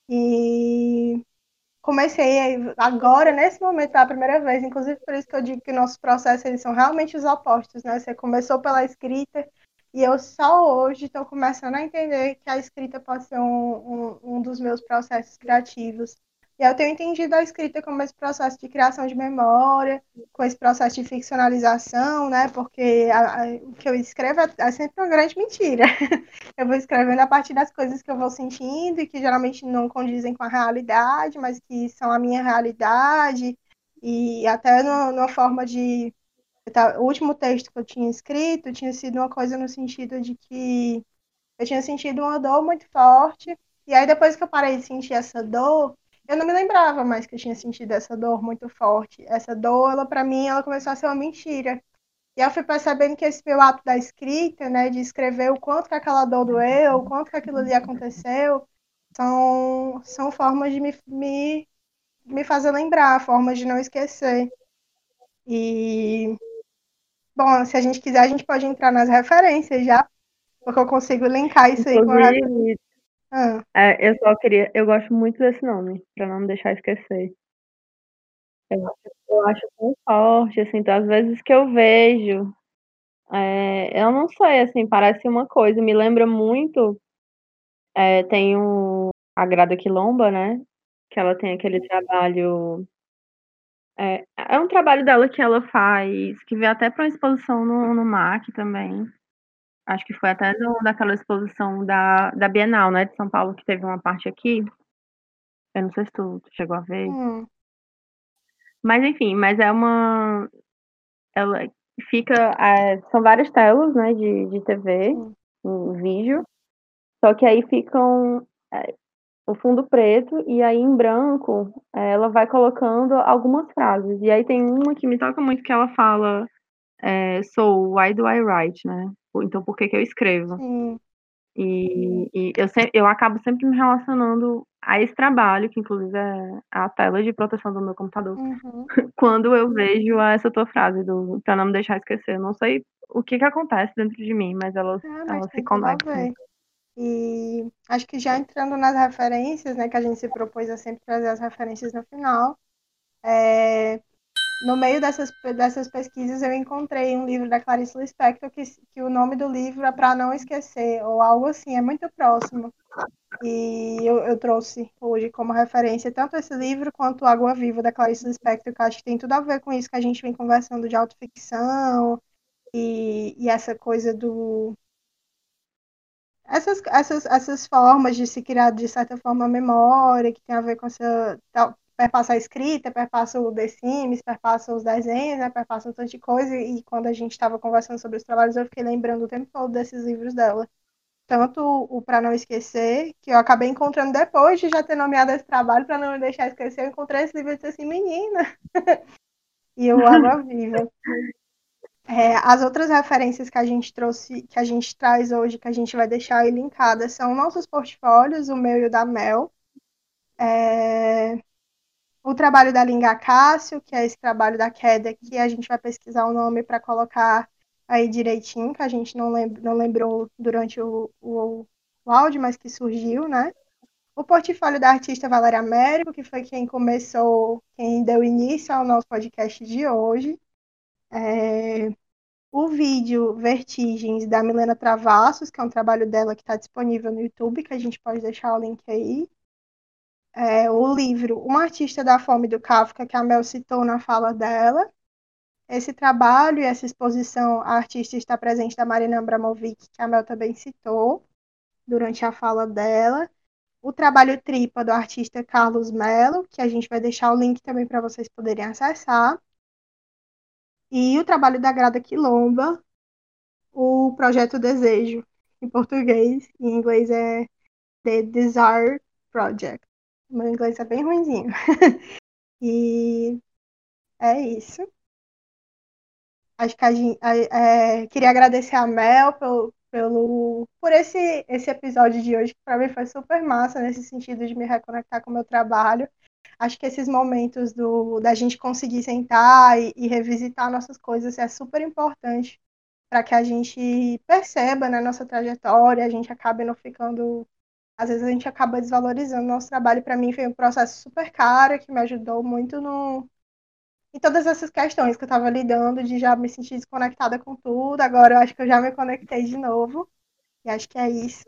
Speaker 1: E comecei agora, nesse momento, pela primeira vez, inclusive por isso que eu digo que nossos processos eles são realmente os opostos, né? Você começou pela escrita e eu só hoje estou começando a entender que a escrita pode ser um, um, um dos meus processos criativos. E eu tenho entendido a escrita como esse processo de criação de memória, com esse processo de ficcionalização, né? Porque a, a, o que eu escrevo é, é sempre uma grande mentira. Eu vou escrevendo a partir das coisas que eu vou sentindo e que geralmente não condizem com a realidade, mas que são a minha realidade. E até no, numa forma de. O último texto que eu tinha escrito tinha sido uma coisa no sentido de que eu tinha sentido uma dor muito forte. E aí, depois que eu parei de sentir essa dor, eu não me lembrava mais que eu tinha sentido essa dor muito forte. Essa dor, ela, para mim, ela começou a ser uma mentira. E eu fui percebendo que esse meu ato da escrita, né, de escrever o quanto que aquela dor doeu, o quanto que aquilo ali aconteceu, são, são formas de me, me, me fazer lembrar, formas de não esquecer. E, bom, se a gente quiser, a gente pode entrar nas referências já, porque eu consigo linkar isso aí com a referência.
Speaker 2: Inclusive,
Speaker 1: Ah,
Speaker 2: é, eu só queria, eu gosto muito desse nome, pra não me deixar esquecer. Eu acho, eu acho tão forte, assim, então, às vezes que eu vejo, é, eu não sei, assim, parece uma coisa, me lembra muito, é, tem o, a Grada Quilomba, né, que ela tem aquele trabalho, é, é um trabalho dela que ela faz, que veio até para uma exposição no, no MAC também, acho que foi até no, daquela exposição da, da Bienal, né, de São Paulo, que teve uma parte aqui, eu não sei se tu, tu chegou a ver,
Speaker 1: hum,
Speaker 2: mas enfim, mas é uma, ela fica, é, são várias telas, né, de, de T V,
Speaker 1: sim.
Speaker 2: um vídeo, só que aí ficam, é, o fundo preto e aí em branco, é, ela vai colocando algumas frases. E aí tem uma que me toca muito que ela fala, é, so why do I write, né? Então por que que eu escrevo?
Speaker 1: Sim.
Speaker 2: E, e eu, se, eu acabo sempre me relacionando a esse trabalho, que inclusive é a tela de proteção do meu computador,
Speaker 1: Uhum.
Speaker 2: quando eu vejo essa tua frase do pra não me deixar esquecer. Eu não sei o que que acontece dentro de mim, mas elas,
Speaker 1: Ah, mas
Speaker 2: elas se
Speaker 1: tem tudo a
Speaker 2: conectam.
Speaker 1: ver. E acho que já entrando nas referências, né, que a gente se propôs a sempre trazer as referências no final, é, no meio dessas, dessas pesquisas eu encontrei um livro da Clarice Lispector que, que o nome do livro é Para Não Esquecer, ou algo assim, é muito próximo. E eu, eu trouxe hoje como referência tanto esse livro quanto Água Viva, da Clarice Lispector, que eu acho que tem tudo a ver com isso que a gente vem conversando de autoficção e, e essa coisa do essas, essas, essas formas de se criar, de certa forma, a memória, que tem a ver com essa. Tal, perpassa a escrita, perpassa o The Sims, perpassa os desenhos, né, perpassa um tanto de coisa. E quando a gente estava conversando sobre os trabalhos, eu fiquei lembrando o tempo todo desses livros dela. Tanto o Para Não Esquecer, que eu acabei encontrando depois de já ter nomeado esse trabalho, para não me deixar esquecer, eu encontrei esse livro e disse assim, menina, e o Água Viva. É, as outras referências que a gente trouxe, que a gente traz hoje, que a gente vai deixar aí linkadas, são nossos portfólios, o meu e o da Mel. É, o trabalho da Linga Cássio, que é esse trabalho da queda, que a gente vai pesquisar o nome para colocar aí direitinho, que a gente não, lembra, não lembrou durante o, o, o áudio, mas que surgiu, né? O portfólio da artista Valéria Américo, que foi quem começou, quem deu início ao nosso podcast de hoje. É, o vídeo Vertigens da Milena Travassos, que é um trabalho dela que está disponível no YouTube, que a gente pode deixar o link aí. É, o livro Uma Artista da Fome do Kafka, que a Mel citou na fala dela. Esse trabalho e essa exposição a artista está presente da Marina Abramovic, que a Mel também citou durante a fala dela. O trabalho Tripa do artista Carlos Mello, que a gente vai deixar o link também para vocês poderem acessar. E o trabalho da Grada Quilomba, o Projeto Desejo, em português, em inglês é The Desire Project. O meu inglês é bem ruimzinho. E é isso. Acho que a gente, é, queria agradecer a Mel pelo, pelo, por esse, esse episódio de hoje, que para mim foi super massa, nesse sentido de me reconectar com o meu trabalho. Acho que esses momentos do, da gente conseguir sentar e, e revisitar nossas coisas é super importante para que a gente perceba, né, nossa trajetória, a gente acabe não ficando. Às vezes a gente acaba desvalorizando o nosso trabalho. Para mim foi um processo super caro, que me ajudou muito no, em todas essas questões que eu estava lidando, de já me sentir desconectada com tudo. Agora eu acho que eu já me conectei de novo. E acho que é isso.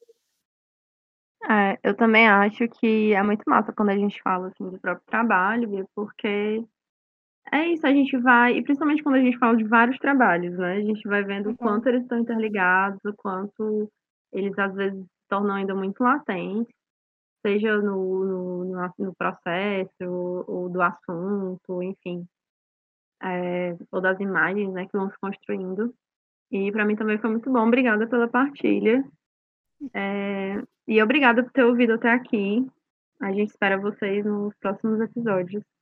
Speaker 2: É, eu também acho que é muito massa quando a gente fala assim, do próprio trabalho, Bia, porque é isso, a gente vai, e principalmente quando a gente fala de vários trabalhos, né? A gente vai vendo o
Speaker 1: Uhum.
Speaker 2: quanto eles estão interligados, o quanto eles às vezes se tornam ainda muito latentes, seja no, no, no, no processo, ou do assunto, enfim, é, ou das imagens, né, que vão se construindo. E para mim também foi muito bom. Obrigada pela partilha. É, e obrigada por ter ouvido até aqui. A gente espera vocês nos próximos episódios.